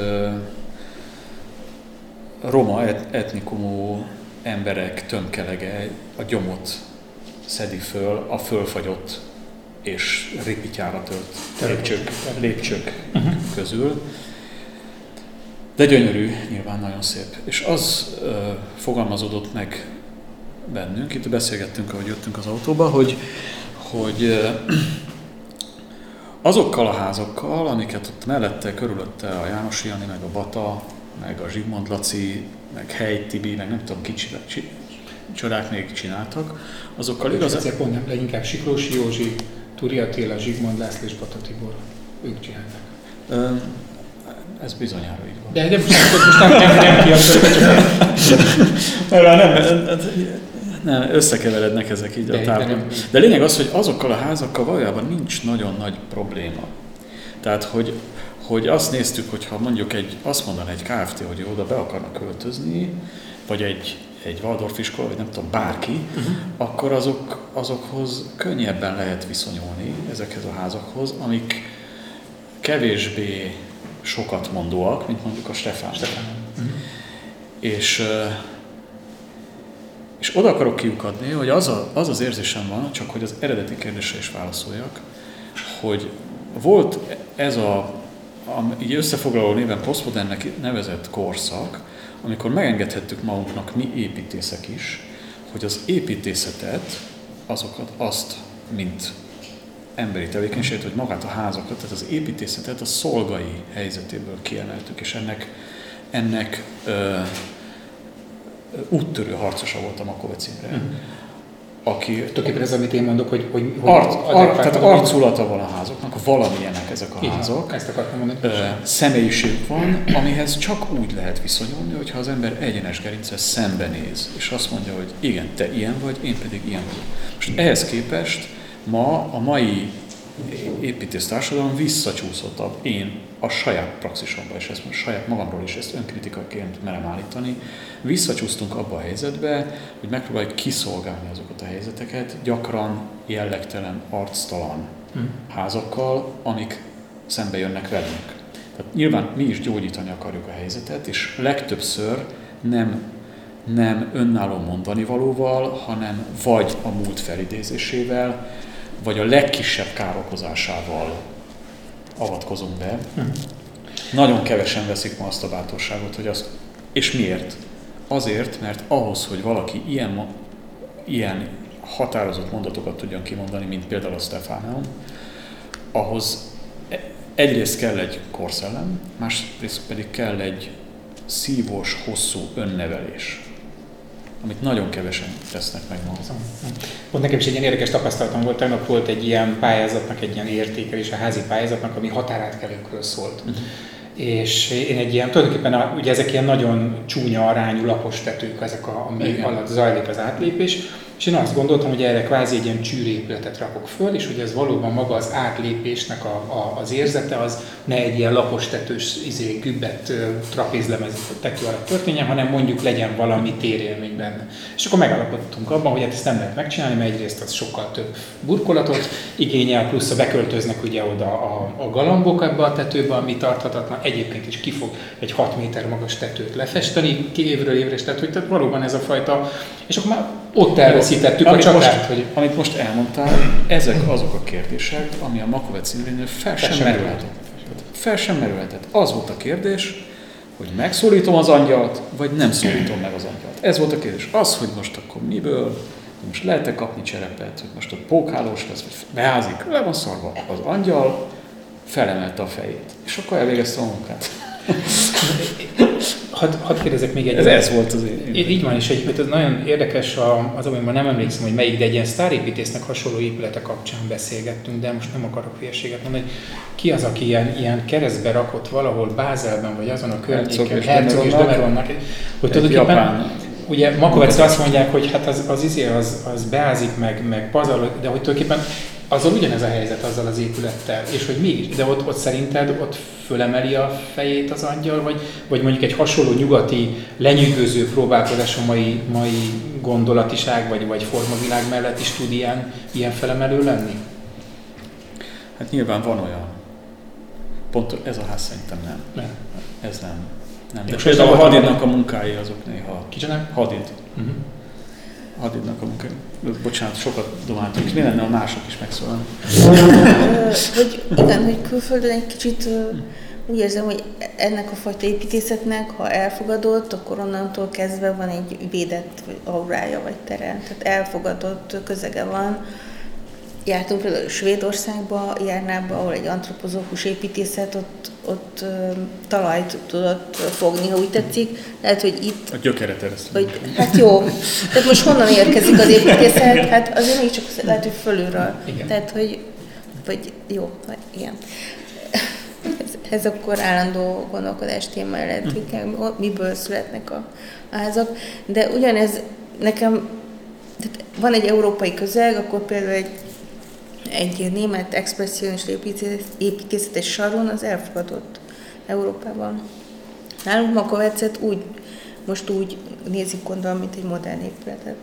roma etnikumú emberek tömkelege a gyomot szedi föl a fölfagyott és ripityára tört lépcsők, lépcsők uh-huh. közül. De gyönyörű, nyilván nagyon szép. És az uh, fogalmazódott meg bennünk, itt beszélgettünk, ahogy jöttünk az autóba, hogy, hogy uh, azokkal a házakkal, amiket ott mellette, körülötte a János Jani, meg a Bata, meg a Zsigmond Laci, meg Hely Tibi, meg nem tudom ki csodák még csináltak, azokkal igazán... Ezért pont nem, leginkább Siklósi Józsi, Turi Attila, Zsigmond László és Bata Tibor. Ők csináltak. Ö, ez bizonyára így van. De, de most, most nem, nem, nem kiadtak, csak... nem, nem, összekeverednek ezek így de, a távban. De, de lényeg az, hogy azokkal a házakkal valójában nincs nagyon nagy probléma. Tehát, hogy, hogy azt néztük, hogyha mondjuk egy, azt mondaná egy ká ef té, hogy oda be akarnak költözni, vagy egy egy Waldorf iskola, vagy nem tudom, bárki, uh-huh. akkor azok, azokhoz könnyebben lehet viszonyulni, ezekhez a házakhoz, amik kevésbé sokat mondóak, mint mondjuk a Stefán. Stefán. Uh-huh. És, és oda akarok kiukadni, hogy az, a, az az érzésem van, csak hogy az eredeti kérdésre is válaszoljak, hogy volt ez a, a így összefoglaló néven posztmodernnek nevezett korszak, amikor megengedhettük magunknak mi építészek is, hogy az építészetet, azokat, azt, mint emberi tevékenységet, vagy magát a házakat, tehát az építészetet a szolgai helyzetéből kiemeltük, és ennek, ennek ö, úttörő harcosa volt a Makovec Imre. Uh-huh. Aki... Tulajdonképpen ez, amit én mondok, hogy... hogy, hogy art, art, tehát arculata van a házaknak, valamilyenek ezek a így, házak. Ezt akartam mondani. Ö, személyiség van, amihez csak úgy lehet viszonyulni, hogyha az ember egyenes gerinccel szembenéz, és azt mondja, hogy igen, te ilyen vagy, én pedig ilyen vagyok. Most ehhez képest ma a mai építész társadalom visszacsúszottabb. Én a saját praxisomban, és ezt most saját magamról is ezt önkritikaként merem állítani, visszacsúsztunk abba a helyzetbe, hogy megpróbáljuk kiszolgálni azokat a helyzeteket, gyakran jellegtelen, arctalan hmm. házakkal, amik szembe jönnek velünk. Tehát nyilván mi is gyógyítani akarjuk a helyzetet, és legtöbbször nem, nem önálló mondani valóval, hanem vagy a múlt felidézésével, vagy a legkisebb károkozásával avatkozunk be. Hmm. Nagyon kevesen veszik ma azt a bátorságot, hogy azt... És miért? Azért, mert ahhoz, hogy valaki ilyen, ilyen határozott mondatokat tudjon kimondani, mint például a Stefánium, ahhoz egyrészt kell egy korszellem, másrészt pedig kell egy szívós, hosszú önnevelés, amit nagyon kevesen tesznek meg ma. Pont nekem is egy ilyen érdekes tapasztalatom volt, tegnap volt egy ilyen pályázatnak, egy ilyen értékelés, a házi pályázatnak, ami határátkelőkről szólt. Uh-huh. És én egy ilyen, tulajdonképpen a, ugye ezek ilyen nagyon csúnya arányú lapos tetők, ezek, a, ami igen. alatt zajlik az átlépés, és én azt gondoltam, hogy erre kvázi egy ilyen csűrépületet rakok föl, és hogy ez valóban maga az átlépésnek a, a, az érzete, az ne egy ilyen lapos tetős, izé, gübbett trapézlemez tető alatt történjen, hanem mondjuk legyen valami térélmény benne. És akkor megállapodtunk abban, hogy hát ezt nem lehet megcsinálni, mert egyrészt az sokkal több burkolatot igényel, plusz a beköltöznek ugye oda a, a galambok ebbe a tetőbe, ami tarthatatlan. Egyébként is ki fog egy hat méter magas tetőt lefesteni évről évre, tehát hogy tehát valóban ez a fajta, és akkor már ott elveszítettük a csatát. Hogy... Amit most elmondtál, ezek azok a kérdések, ami a Makovec Imrénél fel sem merülhetett. Fel sem merülhetett. Az volt a kérdés, hogy megszólítom az angyalt, vagy nem szólítom meg az angyalt. Ez volt a kérdés. Az, hogy most akkor miből, most lehet-e kapni cserepet, hogy most ott pókhálós lesz, vagy beházik, le van szarva. Az angyal felemelte a fejét, és akkor elvégezte a munkát. Hadd had kérdezek még egy... Ez, ez volt az én. Így van, és egyébként ez nagyon érdekes, az, amiben nem emlékszem, hogy melyik, de egy ilyen sztárépítésznek hasonló épülete kapcsán beszélgettünk, de most nem akarok hülyeséget mondani, hogy ki az, aki ilyen, ilyen keresztbe rakott valahol Bázelben, vagy azon a környéken, Herzog és Dömeronnak, hogy tulajdonképpen, ugye Makovecre azt mondják, hogy hát az, az izé, az, az beázik meg, meg pazarol, de hogy tulajdonképpen azzal ugyanez a helyzet azzal az épülettel, és hogy mégis, de ott, ott szerinted ott fölemeli a fejét az angyal, vagy, vagy mondjuk egy hasonló nyugati, lenyűgöző próbálkozás a mai, mai gondolatiság, vagy, vagy formavilág mellett is tud ilyen, ilyen felemelő lenni? Hát nyilván van olyan. Pont ez a ház szerintem nem. Nem. Ez nem. nem. De De például a a Hadidnak a munkái azok néha... Kicsit nem? Hadid. Uh-huh. Hadidnak a munkái. Bocsánat, sokat domáltunk. Mi lenne, a mások is megszólalnak? hogy igen, hogy külföldön egy kicsit úgy érzem, hogy ennek a fajta építészetnek, ha elfogadott, akkor onnantól kezdve van egy védett aurája vagy tere. Tehát elfogadott közege van. Jártunk például Svédországba, Járnába, ahol egy antropozófus építészet, ott, ott ö, talajt tudott fogni, ha úgy tetszik. Lehet, hogy itt... A gyökeret eresztünk. Hát jó. Tehát most honnan érkezik az építészet? Hát azért még csak lehet, hogy fölülről. Igen. Tehát, hogy... Vagy jó, vagy igen. Ez, ez akkor állandó gondolkodás témája lehet, hogy miből születnek a házak. De ugyanez nekem... Tehát van egy európai közeg, akkor például egy egy német expresszionista építészet, egy Saron, az elfogadott Európában. Nálunk Makovecet úgy, most úgy nézik, gondolom, mint egy modern épületet.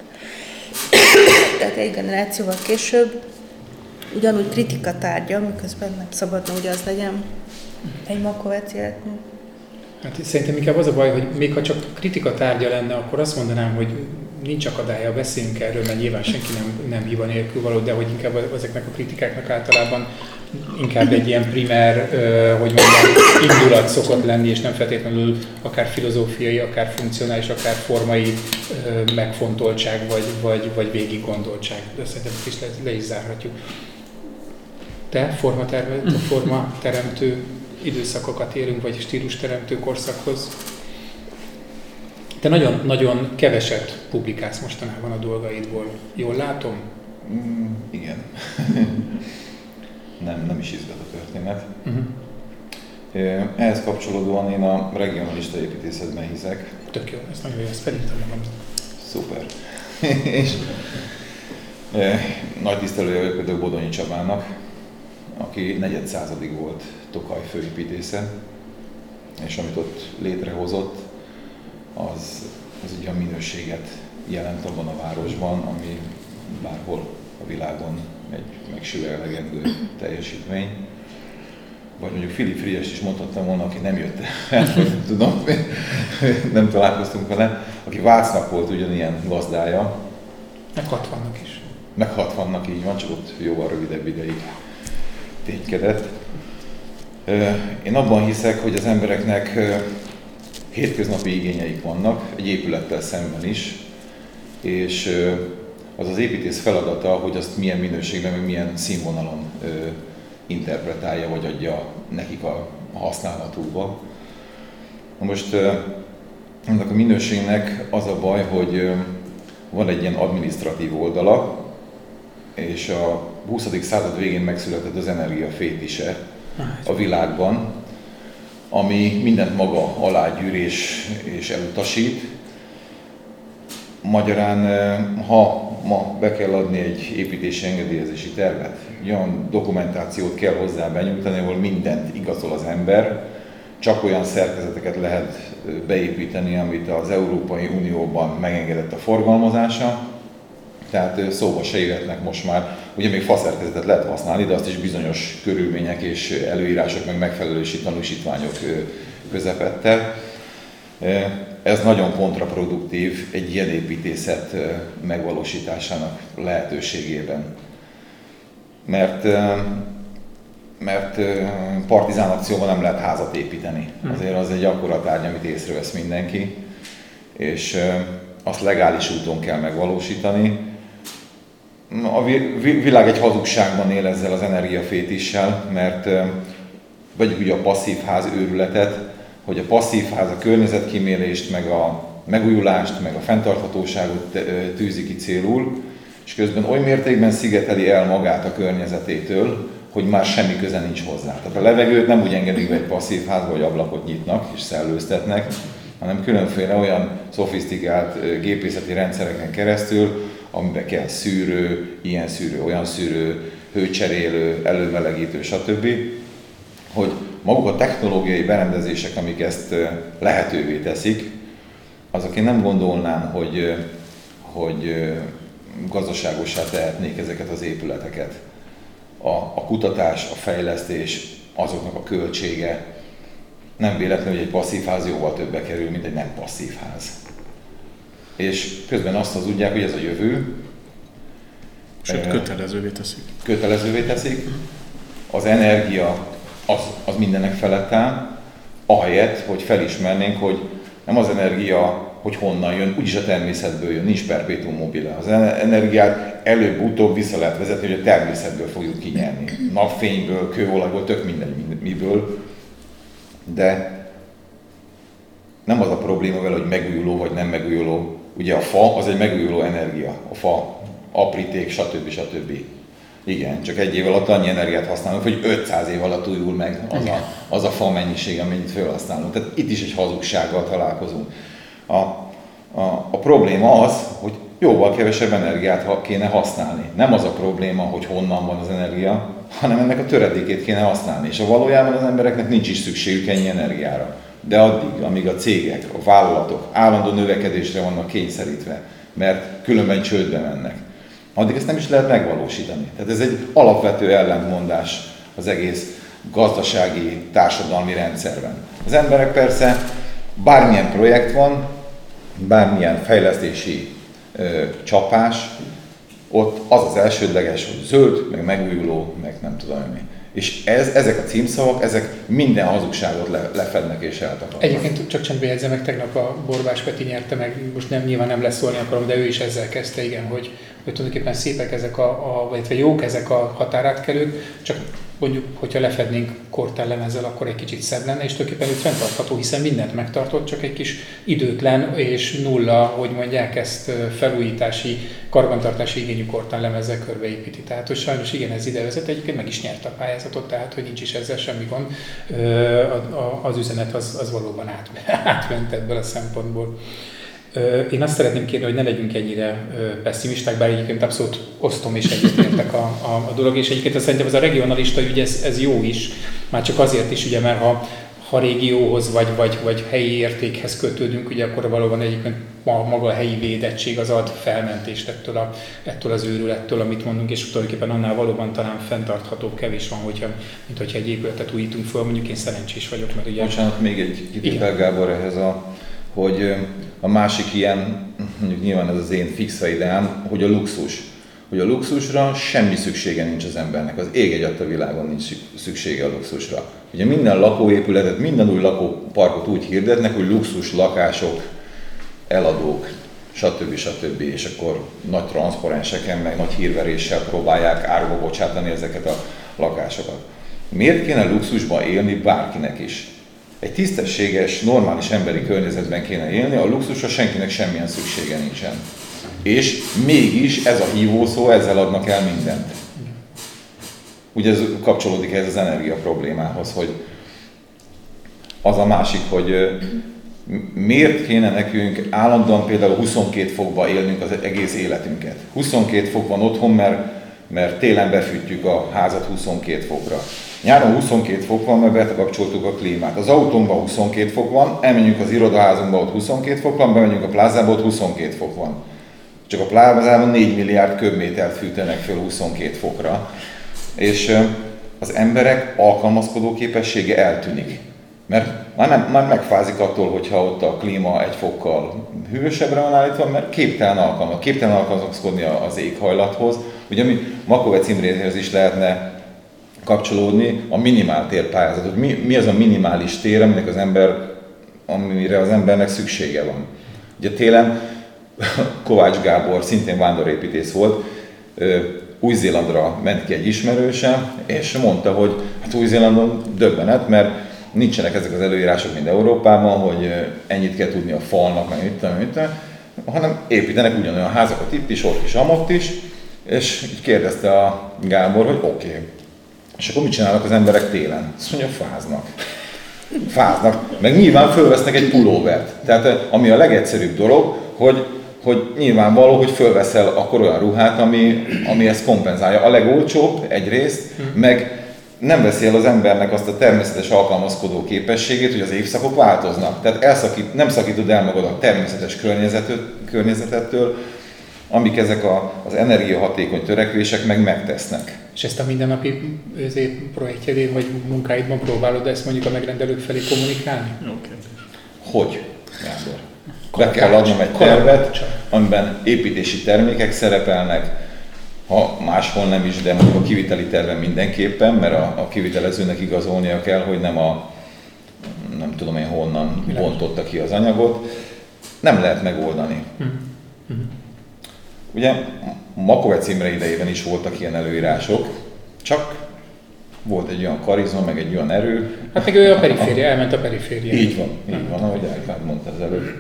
Tehát egy generációval később ugyanúgy kritika tárgya, miközben nem szabadna, hogy az legyen egy Makovec életmű. Hát szerintem inkább az a baj, hogy még ha csak kritika tárgya lenne, akkor azt mondanám, hogy nincs akadálya, beszéljünk erről, mert nyilván senki nem, nem hiba nélkül való, de hogy inkább ezeknek a kritikáknak általában inkább egy ilyen primer, uh, hogy mondjam, indulat szokott lenni, és nem feltétlenül akár filozófiai, akár funkcionális, akár formai uh, megfontoltság, vagy, vagy, vagy végiggondoltság. De szerintem is le, le is zárhatjuk. Te formatervező, formateremtő időszakokat érünk, vagy stílusteremtő korszakhoz. Te nagyon, nagyon keveset publikálsz mostanában a dolgaidból. Jól látom? Mm, igen. nem, nem is izgat a történet. Uh-huh. Ehhez kapcsolódóan én a regionalista építészetben hiszek. Tök jó, ez nagyon jó, ezt pedig tudom. Szuper. És e, nagy tisztelője vagyok például Bodonyi Csabának, aki negyed századig volt Tokaj főépítésze, és amit ott létrehozott, az, az egy olyan minőséget jelent abban a városban, ami bárhol a világon egy megsüvellegendő teljesítmény. Vagy mondjuk Philip Friess is mondhattam volna, aki nem jött el, tudom, nem találkoztunk vele, aki Vácnak volt ugyanilyen gazdája. Meg hatvannak is. Meg hatvannak, így van, csak ott jóval rövidebb ideig ténykedett. Én abban hiszek, hogy az embereknek hétköznapi igényeik vannak, egy épülettel szemben is, és az az építész feladata, hogy azt milyen minőségben, meg milyen színvonalon interpretálja, vagy adja nekik a használatukba. Na most ennek a minőségnek az a baj, hogy van egy ilyen adminisztratív oldala, és a huszadik század végén megszületett az energia fétise a világban, ami mindent maga alá gyűr és, és elutasít. Magyarán, ha ma be kell adni egy építési engedélyezési tervet, olyan dokumentációt kell hozzá benyújtani, ahol mindent igazol az ember, csak olyan szerkezeteket lehet beépíteni, amit az Európai Unióban megengedett a forgalmazása. Tehát szóba se jöhetnek most már, ugye még faszerkezetet lehet használni, de azt is bizonyos körülmények és előírások, meg megfelelési tanúsítványok közepette. Ez nagyon kontraproduktív egy ilyen építészet megvalósításának lehetőségében. Mert, mert partizán akcióban nem lehet házat építeni. Azért az egy akkora tárgy, amit észrevesz mindenki, és azt legális úton kell megvalósítani. A világ egy hazugságban él ezzel az energiafétissel, mert vegyük ugye a passzív ház őrületet, hogy a passzív ház a környezetkímélést, meg a megújulást, meg a fenntarthatóságot tűzi ki célul, és közben oly mértékben szigeteli el magát a környezetétől, hogy már semmi köze nincs hozzá. Tehát a levegőt nem úgy engedik be egy passzív házba, hogy ablakot nyitnak és szellőztetnek, hanem különféle olyan szofisztikált gépészeti rendszereken keresztül, amiben kell szűrő, ilyen szűrő, olyan szűrő, hőcserélő, előmelegítő, stb., hogy maguk a technológiai berendezések, amik ezt lehetővé teszik, azok én nem gondolnám, hogy, hogy gazdaságosá tehetnék ezeket az épületeket. A, a kutatás, a fejlesztés, azoknak a költsége nem véletlen, hogy egy passzív ház jóval többe kerül, mint egy nem passzív ház. És közben azt hazudják, hogy ez a jövő. Sőt, kötelezővé teszik. Kötelezővé teszik. Az energia az, az mindennek felett áll, ahelyett, hogy felismernénk, hogy nem az energia, hogy honnan jön, úgyis a természetből jön, nincs perpetuum mobile. Az energiát előbb-utóbb vissza lehet vezetni, hogy a természetből fogjuk kinyerni. Napfényből, kőolajból, tök mindegy miből. De nem az a probléma vele, hogy megújuló vagy nem megújuló. Ugye a fa az egy megújuló energia. A fa, apríték, stb. stb. Igen, csak egy év alatt annyi energiát használunk, hogy ötszáz év alatt újul meg az a, az a fa mennyiség, amennyit felhasználunk. Tehát itt is egy hazugsággal találkozunk. A, a, a probléma az, hogy jóval kevesebb energiát kéne használni. Nem az a probléma, hogy honnan van az energia, hanem ennek a töredékét kéne használni. És a valójában az embereknek nincs is szükségük ennyi energiára. De addig, amíg a cégek, a vállalatok állandó növekedésre vannak kényszerítve, mert különben csődbe mennek, addig ezt nem is lehet megvalósítani. Tehát ez egy alapvető ellentmondás az egész gazdasági, társadalmi rendszerben. Az emberek persze, bármilyen projekt van, bármilyen fejlesztési ö, csapás, ott az az elsődleges, hogy zöld, meg megújuló, meg nem tudom mi. És ez, ezek a címszavak, ezek minden hazugságot le, lefednek és eltakarnak. Egyébként csak csendben jegyzem meg, tegnap a Borbás Peti nyerte meg, most nem, nyilván nem leszólni akarom, de ő is ezzel kezdte, igen, hogy, hogy tulajdonképpen szépek ezek a, a vagy jók ezek a határátkelők, csak mondjuk, hogyha lefednénk kortállemezzel, akkor egy kicsit szebb lenne, és tulajdonképpen ő fenntartható, hiszen mindent megtartott, csak egy kis időtlen és nulla, hogy mondják ezt, felújítási, karbantartási igényű kortállemezzel körbeépíti. Tehát, hogy sajnos igen, ez ide vezet, egyébként meg is nyert a pályázatot, tehát, hogy nincs is ezzel semmi gond. Az üzenet az, az valóban át, átment ebből a szempontból. Én azt szeretném kérni, hogy ne legyünk ennyire pessimisták, bár egyébként abszolút osztom és egyetértek a, a, a dolog, és egyébként szerintem ez a regionalista ügy, ez, ez jó is, már csak azért is, ugye, mert ha, ha régióhoz vagy, vagy, vagy helyi értékhez kötődünk, ugye akkor valóban egyébként maga a helyi védettség az ad felmentést ettől, a, ettől az őrülettől, amit mondunk, és tulajdonképpen annál valóban talán fenntartható kevés van, hogyha, mint hogyha egy épületet újítunk föl, mondjuk én szerencsés vagyok, mert ugye... Bocsánat, még egy kitétel, Gábor, ehhez a, hogy a másik ilyen, mondjuk nyilván ez az én fixa ideám, hogy a luxus. Hogy a luxusra semmi szüksége nincs az embernek, az ég egy adta világon nincs szüksége a luxusra. Ugye minden lakóépületet, minden új lakóparkot úgy hirdetnek, hogy luxus lakások, eladók, stb. stb. És akkor nagy transzparenseken, meg nagy hírveréssel próbálják árba bocsátani ezeket a lakásokat. Miért kéne luxusban élni bárkinek is? Egy tisztességes, normális emberi környezetben kéne élni, a luxusra senkinek semmilyen szüksége nincsen. És mégis ez a hívószó, ezzel adnak el mindent. Ugye ez kapcsolódik ez az energia problémához, hogy az a másik, hogy miért kéne nekünk állandóan például huszonkét fokban élnünk az egész életünket. huszonkét fok van otthon, mert, mert télen befűtjük a házat huszonkét fokra. Nyáron huszonkét fok van, mert bekapcsoltuk a klímát. Az autónkban huszonkét fok van, elmenjünk az irodaházunkba, ott huszonkét fok van, bemegyünk a plázába, ott huszonkét fok van. Csak a plázában négy milliárd köbmétert fűtenek föl huszonkét fokra. És az emberek alkalmazkodó képessége eltűnik. Mert már, nem, már megfázik attól, hogyha ott a klíma egy fokkal hűvösebbre van állítva, mert képtelen alkalmaz, képtelen alkalmazkodni az éghajlathoz. Ugye mi Makovec Imréhez is lehetne kapcsolódni a minimál térpályázatot. Mi, mi az a minimális tér, aminek az ember, amire az embernek szüksége van. Ugye télen Kovács Gábor, szintén vándorépítész volt, Új-Zélandra ment ki egy ismerőse, és mondta, hogy hát Új-Zélandon döbbenet, mert nincsenek ezek az előírások, mint Európában, hogy ennyit kell tudni a falnak, meg mit tudom, mit tudom, hanem építenek ugyanolyan házakat itt is, ott is, amott is, és így kérdezte a Gábor, hogy oké, okay. És akkor mit csinálnak az emberek télen? Azt mondja, fáznak. Fáznak, meg nyilván fölvesznek egy pulóvert. Tehát ami a legegyszerűbb dolog, hogy, hogy nyilvánvaló, hogy fölveszel akkor olyan ruhát, ami, ami ezt kompenzálja. A legolcsóbb egyrészt, hmm. meg nem veszi el az embernek azt a természetes alkalmazkodó képességét, hogy az évszakok változnak. Tehát elszakít, nem szakítod el magad a természetes környezetettől, amik ezek a, az energiahatékony törekvések meg megtesznek. És ezt a mindennapi projektjedén vagy munkáidban próbálod ezt mondjuk a megrendelők felé kommunikálni? Jó kérdés. Hogy, Gábor? Be kell adnom egy tervet, amiben építési termékek szerepelnek, ha máshol nem is, de mondjuk a kiviteli terven mindenképpen, mert a, a kivitelezőnek igazolnia kell, hogy nem a nem tudom én honnan bontotta ki az anyagot. Nem lehet megoldani. Mm-hmm. Ugye Makovec Imre idejében is voltak ilyen előírások, csak volt egy olyan karizma, meg egy olyan erő. Hát meg ő a periféria, elment a perifériára. Így van, így van, ahogy Árpád mondta az előbb.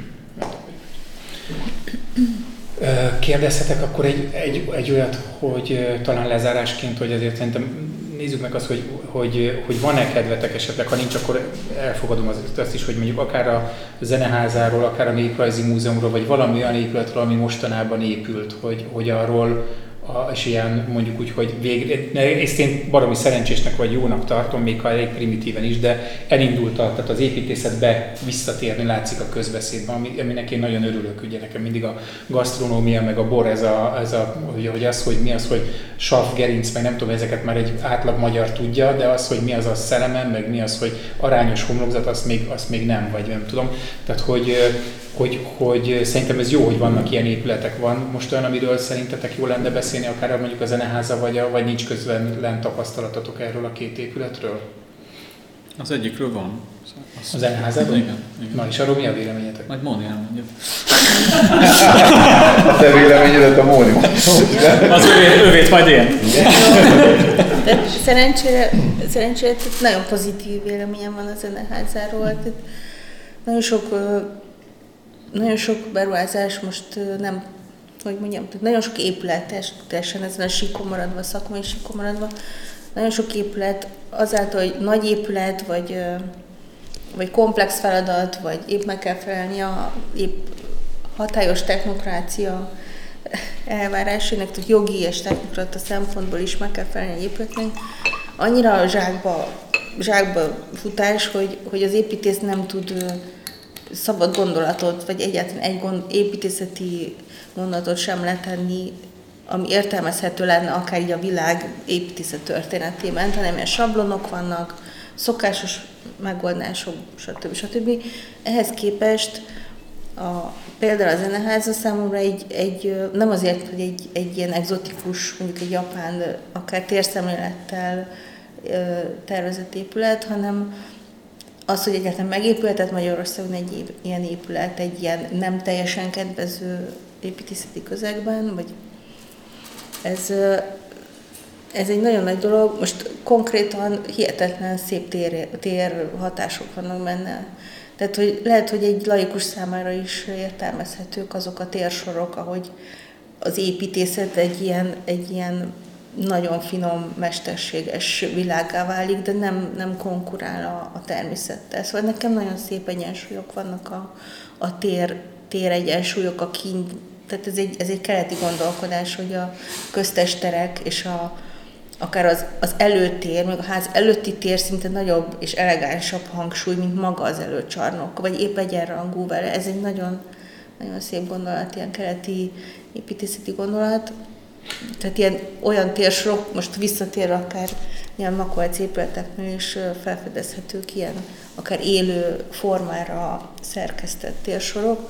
Kérdezhetek akkor egy, egy, egy olyat, hogy talán lezárásként, hogy azért szerintem nézzük meg azt, hogy, hogy, hogy van-e kedvetek esetleg, ha nincs, akkor elfogadom azt, azt is, hogy mondjuk akár a Zeneházáról, akár a Néprajzi Múzeumról, vagy valami olyan épületről, ami mostanában épült, hogy, hogy arról, a, és ilyen mondjuk úgy, hogy végre, ezt én baromi szerencsésnek vagy jónak tartom, még ha elég primitíven is, de elindult a, tehát az építészetbe visszatérni látszik a közbeszédben, ami, aminek én nagyon örülök, ugye nekem mindig a gasztronómia, meg a bor, ez a, ez a hogy, hogy az, hogy mi az, hogy sav, gerinc, meg nem tudom, ezeket már egy átlag magyar tudja, de az, hogy mi az a szelemen, meg mi az, hogy arányos homlokzat, azt még, azt még nem, vagy nem tudom. Tehát, hogy Hogy, hogy szerintem ez jó, hogy vannak ilyen épületek. Van most olyan, amiről szerintetek jó lenne beszélni, akár mondjuk a Zeneháza, vagy, a, vagy nincs közvetlen tapasztalatotok erről a két épületről? Az egyikről van. A Zeneházában? Igen, igen. Na és arról mi a véleményetek? Majd Móni elmondja. A te véleményedet a Móni. Az övét, övét majd én. De szerencsére, szerencsére nagyon pozitív véleményem van a Zeneházáról. Tehát nagyon sok Nagyon sok beruházás most nem, hogy mondjam, nagyon sok épület, teljesen ezen a síkon maradva, szakmai síkon maradva, nagyon sok épület azáltal, hogy nagy épület, vagy, vagy komplex feladat, vagy épp meg kell felelni a épp hatályos technokrácia elvárásainak, tehát jogi és technokrata szempontból is meg kell felelni egy épületnek, annyira zsákba, zsákba futás, hogy, hogy az építész nem tud szabad gondolatot, vagy egyáltalán egy gond, építészeti gondolatot sem letenni, ami értelmezhető lenne akár így a világ építészet történetében, hanem ilyen sablonok vannak, szokásos megoldások, stb. stb. Ehhez képest a, például a Zeneháza számomra egy, egy, nem azért, hogy egy, egy ilyen egzotikus, mondjuk egy japán, akár térszemlélettel tervezett épület, hanem az, hogy egyáltalán megépületett Magyarországon egy ilyen épület, egy ilyen nem teljesen kedvező építészeti közegben, vagy ez, ez egy nagyon nagy dolog. Most konkrétan hihetetlen szép tér, tér hatások vannak benne. Tehát, hogy lehet, hogy egy laikus számára is értelmezhetők azok a térsorok, ahogy az építészet egy ilyen, egy ilyen nagyon finom, mesterséges világgá válik, de nem, nem konkurál a, a természettel. Szóval nekem nagyon szép egyensúlyok vannak a, a tér, tér egyensúlyok, a kint, tehát ez egy, ez egy keleti gondolkodás, hogy a köztes terek és a, akár az, az előtér, meg a ház előtti tér szinte nagyobb és elegánsabb hangsúly, mint maga az előcsarnok, vagy épp egyenrangú vele. Ez egy nagyon, nagyon szép gondolat, ilyen keleti építészeti gondolat. Tehát ilyen olyan térsorok, most visszatér akár ilyen Makovec épületeknél is felfedezhetők ilyen, akár élő formára szerkesztett térsorok.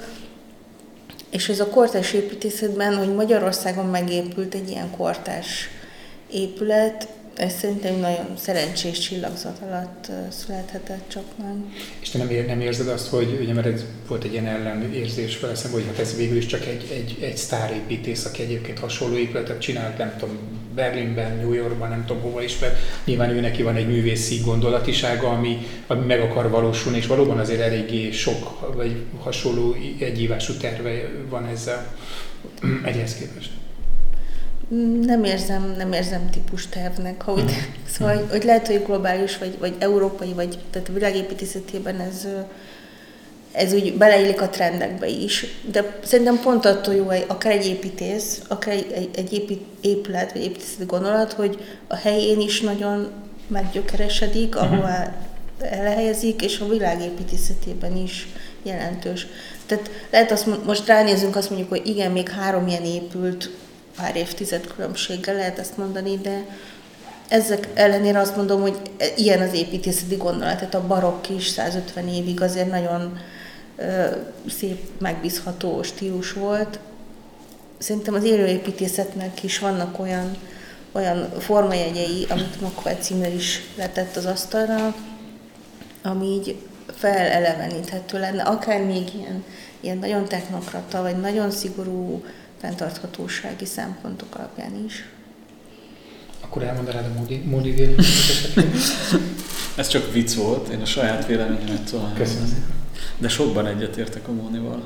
És ez a kortárs építészetben, hogy Magyarországon megépült egy ilyen kortárs épület, ez szerintem nagyon szerencsés csillagzat alatt születhetett csak meg. És te nem, ér, nem érzed azt, hogy ugye, mert ez volt egy ilyen ellenérzés vele szemben, hogy hát ez végül is csak egy, egy, egy sztárépítész, aki egyébként hasonló épületet csinált, nem tudom, Berlinben, New Yorkban, nem tudom hova is, mert nyilván ő neki van egy művészi gondolatisága, ami, ami meg akar valósulni, és valóban azért eléggé sok, vagy hasonló egyívású terve van ezzel egyhez képest. Nem érzem, nem érzem típus tervnek, ha úgy, szóval, hogy, hogy lehet, hogy globális, vagy, vagy európai, vagy tehát a világépítészetében ez, ez úgy beleillik a trendekbe is, de szerintem pont attól jó, akár egy építész, akár egy, egy, egy épít, épület, vagy építészeti gondolat, hogy a helyén is nagyon meggyökeresedik, ahová elhelyezik, és a világépítészetében is jelentős. Tehát lehet azt, most ránézünk, azt mondjuk, hogy igen, még három ilyen épült, pár évtized különbséggel lehet ezt mondani, de ezek ellenére azt mondom, hogy ilyen az építészeti gondolat, tehát a barokk is százötven évig azért nagyon ö, szép, megbízható stílus volt. Szerintem az élőépítészetnek is vannak olyan, olyan formajegyei, amit Makovec Imre is letett az asztalra, ami így feleleveníthető lenne, akár még ilyen, ilyen nagyon technokrata, vagy nagyon szigorú fenntarthatósági szempontok alapján is. Akkor elmondanád a módi, módi véleményet esetleg? Ez csak vicc volt, én a saját véleményemet tudom. Köszönöm. De sokban egyetértek a Mónival.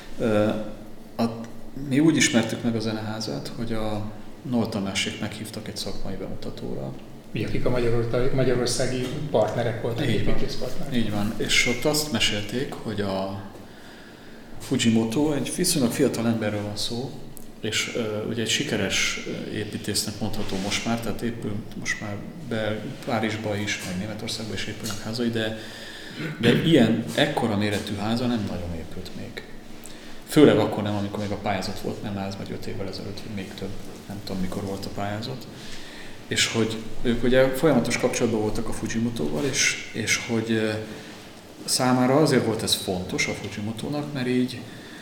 Mi úgy ismertük meg a zeneházat, hogy a Noll Tamásék meghívtak egy szakmai bemutatóra. Mi, akik a Magyarországi, magyarországi partnerek voltak, építészpartnerek. Így van, és ott azt mesélték, hogy a Fujimoto, egy viszonylag fiatal emberről van szó, és uh, ugye egy sikeres építésznek mondható most már, tehát épül most már be Párizsba is, meg Németországba is épülnek házai, de, de ilyen ekkora méretű háza nem nagyon épült még. Főleg akkor nem, amikor még a pályázat volt, nem ez vagy öt évvel ezelőtt, vagy még több, nem tudom mikor volt a pályázat. És hogy ők ugye folyamatos kapcsolatban voltak a Fujimotoval, és, és hogy uh, számára azért volt ez fontos a Fujimotónak, mert így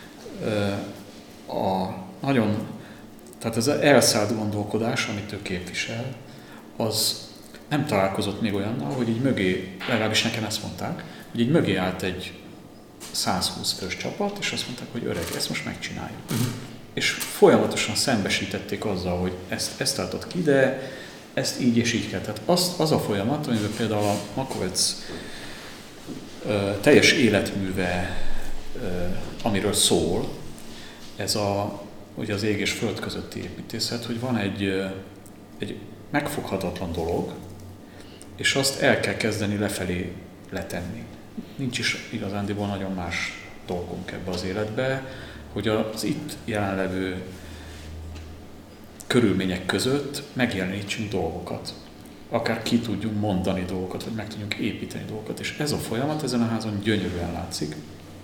uh, a nagyon, tehát ez az elszállt gondolkodás, amit ő képvisel, az nem találkozott még olyannal, hogy így mögé, legalábbis nekem ezt mondták, hogy így mögé állt egy százhúsz fős csapat, és azt mondták, hogy öreg, ezt most megcsináljuk. Uh-huh. És folyamatosan szembesítették azzal, hogy ezt, ezt álltott ki, de ezt így és így kell. Tehát az, az a folyamat, amiben például a Makovec ö, teljes életműve, ö, amiről szól, ez a, ugye az ég és föld közötti építészet, hogy van egy, ö, egy megfoghatatlan dolog, és azt el kell kezdeni lefelé letenni. Nincs is igazándiból nagyon más dolgunk ebbe az életbe, hogy az itt jelenlevő körülmények között megjelenítsünk dolgokat. Akár ki tudjunk mondani dolgokat, vagy meg tudjunk építeni dolgokat. És ez a folyamat ezen a házon gyönyörűen látszik.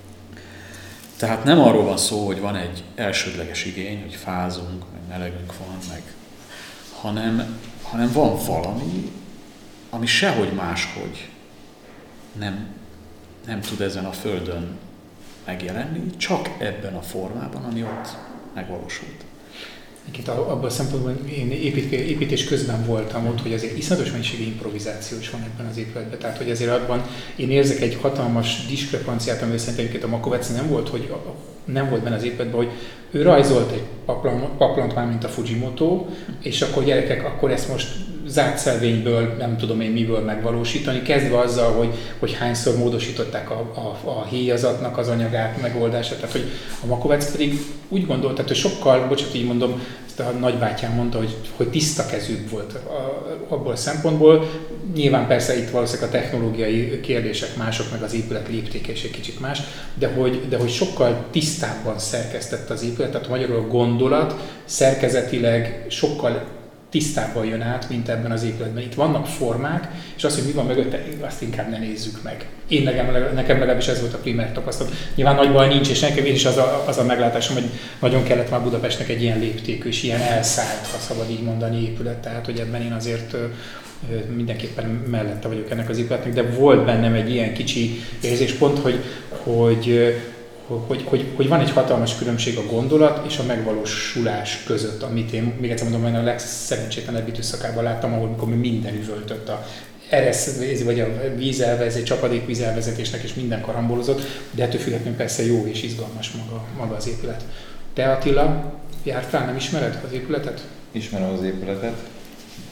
Tehát nem arról van szó, hogy van egy elsődleges igény, hogy fázunk, meg melegünk van, meg, hanem, hanem van valami, ami sehogy máshogy nem, nem tud ezen a földön megjelenni, csak ebben a formában, ami ott megvalósult. Egyébként abban a szempontból én építés közben voltam ott, hogy azért iszonyatos mennyiségű improvizáció is van ebben az épületben. Tehát, hogy azért abban én érzek egy hatalmas diskrepanciát, amivel szerintem egyébként a Makovec nem volt, hogy nem volt benne az épületben, hogy ő rajzolt egy paplant már, mint a Fujimoto, és akkor gyerekek, akkor ezt most zárt szelvényből, nem tudom én miből megvalósítani, kezdve azzal, hogy, hogy hányszor módosították a, a, a héjazatnak az anyagát, megoldását. Tehát, hogy a Makovec pedig úgy gondolt, tehát, hogy sokkal, bocsánat, így mondom, ezt a nagybátyám mondta, hogy, hogy tiszta kezűbb volt abból a szempontból. Nyilván persze itt valószínűleg a technológiai kérdések mások, meg az épület léptéke is egy kicsit más, de hogy, de hogy sokkal tisztábban szerkesztett az épület, tehát magyarul a gondolat szerkezetileg sokkal tisztábban jön át, mint ebben az épületben. Itt vannak formák, és az, hogy mi van mögötte, azt inkább ne nézzük meg. Én nekem, nekem legalábbis ez volt a primer tapasztalat. Nyilván nagy baj nincs, és nekem is az a, az a meglátásom, hogy nagyon kellett már Budapestnek egy ilyen léptékű és ilyen elszállt, ha szabad így mondani, épület. Tehát, hogy ebben én azért mindenképpen mellette vagyok ennek az épületnek, de volt bennem egy ilyen kicsi érzéspont, hogy, hogy Hogy, hogy, hogy van egy hatalmas különbség a gondolat és a megvalósulás között, amit én még egyszer mondom, hogy a legszerencsétlenebb időszakában láttam, ahol mikor minden üvöltött a eresz, vagy a vízelvezet, csapadékvízelvezetésnek és minden karambolozott, de ettől függetlenül persze jó és izgalmas maga, maga az épület. Te Attila, jártál, nem ismered az épületet? Ismerem az épületet.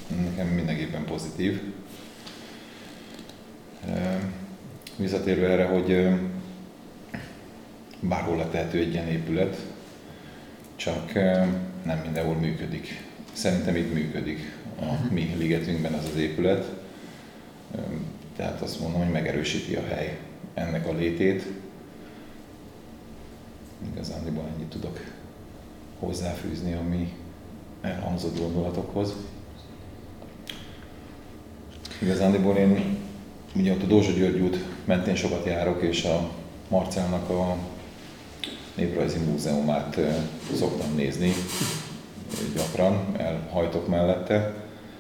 nekem mindenképpen pozitív. Visszatérve erre, hogy bárhol letehető egy ilyen épület, csak nem mindenhol működik. Szerintem itt működik a mi ligetünkben az az épület. Tehát azt mondom, hogy megerősíti a hely ennek a létét. Igazándiból ennyit tudok hozzáfűzni a mi elhangzott gondolatokhoz. Igazándiból én ugye ott a Dózsa György út mentén sokat járok, és a Marcelnak a néprajzi múzeumát szoktam nézni gyakran, elhajtok mellette,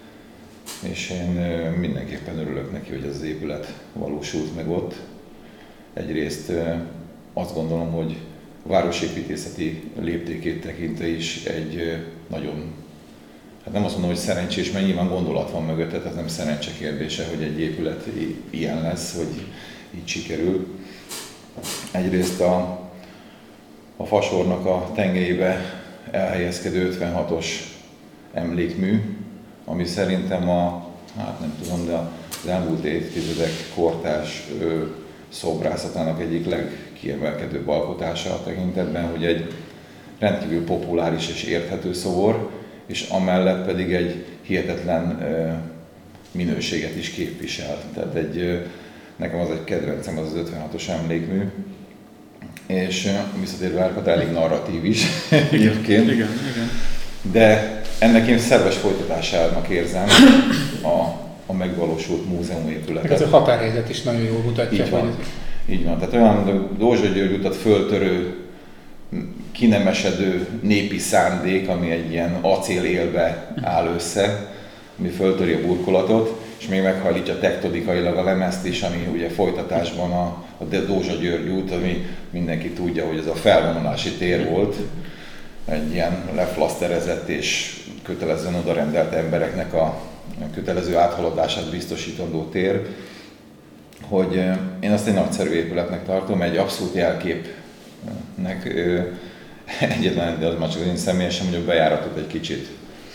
és én mindenképpen örülök neki, hogy ez az épület valósult meg ott. Egyrészt azt gondolom, hogy a városépítészeti léptékét tekintve is egy nagyon, hát nem azt mondom, hogy szerencsés, mert nyilván gondolat van mögötte, tehát ez nem szerencse kérdése, hogy egy épület ilyen lesz, hogy így sikerül. Egyrészt a, a Fasornak a tengelyébe elhelyezkedő ötvenhatos emlékmű, ami szerintem a, hát nem tudom, de az elmúlt évtizedek kortárs ö, szobrászatának egyik legkiemelkedőbb alkotása a tekintetben, hogy egy rendkívül populáris és érthető szobor, és amellett pedig egy hihetetlen ö, minőséget is képvisel. Tehát egy, ö, nekem az egy kedvencem, az az ötvenhatos emlékmű, és visszatérve Árpád, elég narratív is egyébként. Igen, igen. De ennek én szerves folytatásának érzem a, a megvalósult múzeumépületet. Ez a határhelyzet is nagyon jól mutatja. Így van. Hogy ez... Így van. Tehát olyan Dózsa György utat föltörő, kinemesedő népi szándék, ami egy ilyen acélélbe áll össze, ami föltöri a burkolatot, és még meghajlítja tektonikailag a lemezt is, ami ugye folytatásban a, a Dózsa György út, ami mindenki tudja, hogy ez a felvonulási tér volt, egy ilyen leflaszterezett és kötelezően odarendelt embereknek a kötelező áthaladását biztosítandó tér, hogy én azt egy nagyszerű épületnek tartom, egy abszolút jelképnek egyetlen, de az már csak én személyesen, hogy a bejáratot egy kicsit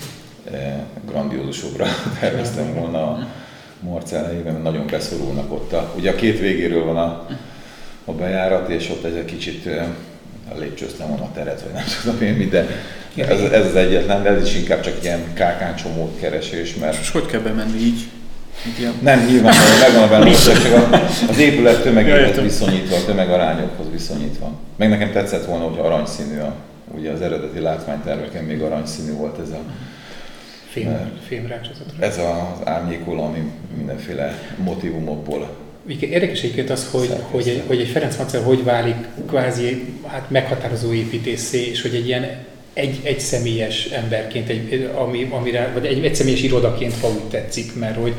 grandiózusabbra terveztem volna a Marcell helyében, nagyon beszorulnak ott. A, ugye a két végéről van a, a bejárat, és ott egy kicsit lépcsőztem volna a teret, vagy nem tudom én mi, de ez, ez az egyetlen, de ez is inkább csak ilyen kákáncsomót keresés, mert... És hogy kell bemenni így? Ilyen... Nem, nyilván megvan a benne, csak az épület tömegéhez viszonyítva, a tömegarányokhoz viszonyítva. Meg nekem tetszett volna, hogy aranyszínű, a, ugye az eredeti látványterveken még aranyszínű volt ez a... Fém, fémrácsozatra. Ez az árnyékoló, ami mindenféle motivumokból. Érdekes egyébként az, hogy, hogy, egy, hogy egy Ferenc Marcell hogy válik kvázi hát meghatározó építészé, és hogy egy ilyen egy, egy személyes emberként, egy, ami, amire, vagy egy, egy személyes irodaként ha úgy tetszik, mert hogy...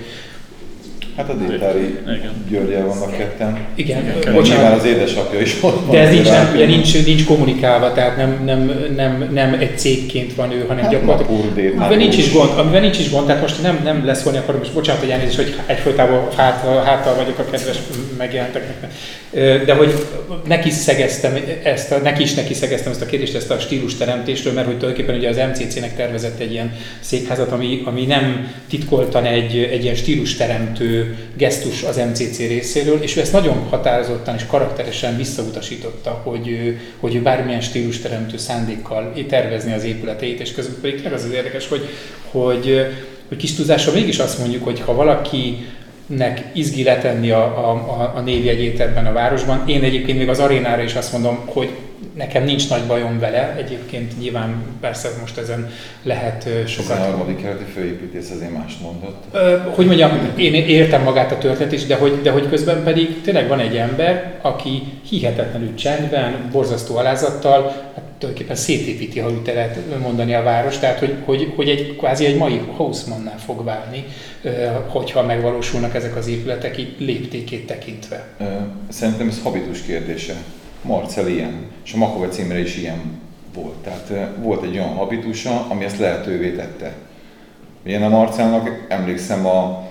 Hát a Détári Györgyel vannak ketten. Igen, igen. Nyilván az édesapja is ott van. De ez nincs, nem, ugye nincs, nincs kommunikálva, tehát nem, nem, nem, nem egy cégként van ő, hanem hát gyakorlatilag... Amivel nincs is gond, amivel nincs is gond, tehát most nem, nem leszólni akarom, és bocsánat, hogy elnézést, hogy egyfolytában háttal, háttal vagyok a kedves megjelenteknek. De hogy neki szegeztem ezt, a, neki is neki szegeztem ezt a kérdést, ezt a stílusteremtésről, mert hogy tulajdonképpen ugye az em cé cé-nek tervezett egy ilyen székházat, ami, ami nem titkoltan egy, egy ilyen stílusteremtő gesztus az em cé cé részéről, és ő ezt nagyon határozottan és karakteresen visszautasította, hogy ő, hogy ő bármilyen stílusteremtő szándékkal tervezni az épületeit, és közben pedig tényleg az az érdekes, hogy, hogy, hogy kis túlzásra mégis azt mondjuk, hogy ha valakinek izgi letenni a, a, a névjegyét ebben a városban, én egyébként még az arénára is azt mondom, hogy nekem nincs nagy bajom vele, egyébként nyilván persze most ezen lehet sokat... Ez a harmadik kerületi főépítész azért mást mondott. Ö, hogy mondjam, én értem magát a történet is, de hogy, de hogy közben pedig tényleg van egy ember, aki hihetetlenül csendben, borzasztó alázattal, hát tulajdonképpen szétépíti, ha úgy lehet mondani a város, tehát hogy, hogy, hogy egy kvázi egy mai Haussmannnál fog válni, hogyha megvalósulnak ezek az épületek így léptékét tekintve. Szerintem ez habitus kérdése. Marcell ilyen, és a Makovec Imre is ilyen volt. Tehát volt egy olyan habitusa, ami ezt lehetővé tette. Ilyen a Marcellnak emlékszem a,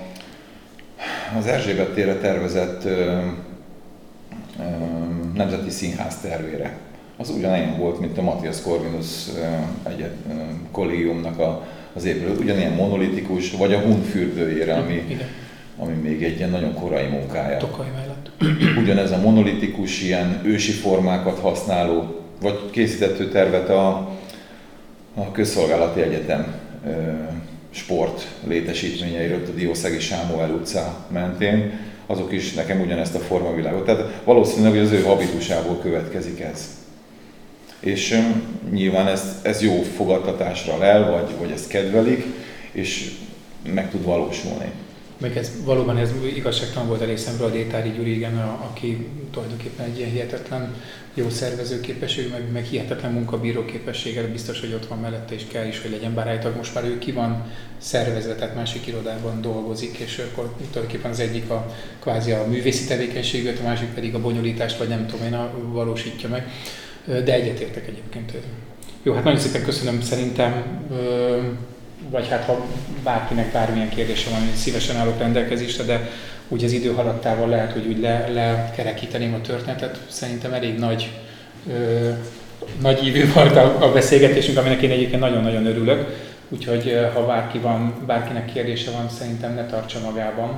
az Erzsébet térre tervezett ö, ö, Nemzeti Színház tervére, az ugyanilyen volt, mint a Matthias Corvinus egyet, kollégiumnak a, az épület, ugyanilyen monolitikus, vagy a Hun fürdőjére, ami, ami még egy ilyen nagyon korai munkája. Tokaj mellett. Ugyanez a monolitikus, ilyen ősi formákat használó, vagy készítettő tervet a, a Közszolgálati Egyetem sport létesítményeiről, a Diószegi Sámuel utca mentén, azok is nekem ugyanezt a formavilágot. Tehát valószínűleg, hogy az ő habitusából következik ez. És um, nyilván ez, ez jó fogadtatásra lel, vagy, vagy ezt kedvelik, és meg tud valósulni. Meg ez valóban ez igazságtalan volt a részemről a Détári Gyuri, igen, a, aki tulajdonképpen egy ilyen hihetetlen jó szervezőképesség, meg, meg hihetetlen munkabíró képességgel biztos, hogy ott van mellette, és kell is, hogy legyen, bár állítólag most már ő ki van szervezve, tehát másik irodában dolgozik, és akkor tulajdonképpen az egyik a kvázi a művészi tevékenységet, a másik pedig a bonyolítást, vagy nem tudom én, a, valósítja meg. De egyetértek egyébként. Jó, hát nagyon szépen köszönöm, szerintem, vagy hát ha bárkinek bármilyen kérdése van, szívesen állok rendelkezésre, de úgy az idő haladtával lehet, hogy úgy le, lekerekíteném a történetet. Szerintem elég nagy, ö, nagy ívű volt a, a beszélgetésünk, aminek én egyébként nagyon-nagyon örülök. Úgyhogy ha bárki van, bárkinek kérdése van, szerintem ne tartsa magában.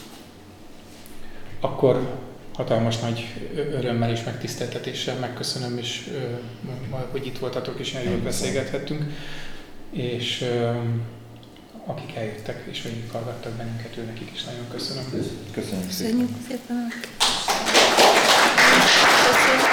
Akkor hatalmas nagy örömmel és megtiszteltetéssel megköszönöm, és hogy itt voltatok, és nagyon jól beszélgethettünk. És akik eljöttek, és végig hallgattak bennünket, ő nekik is nagyon köszönöm. Köszönöm szépen. Köszönjük szépen. Köszönjük.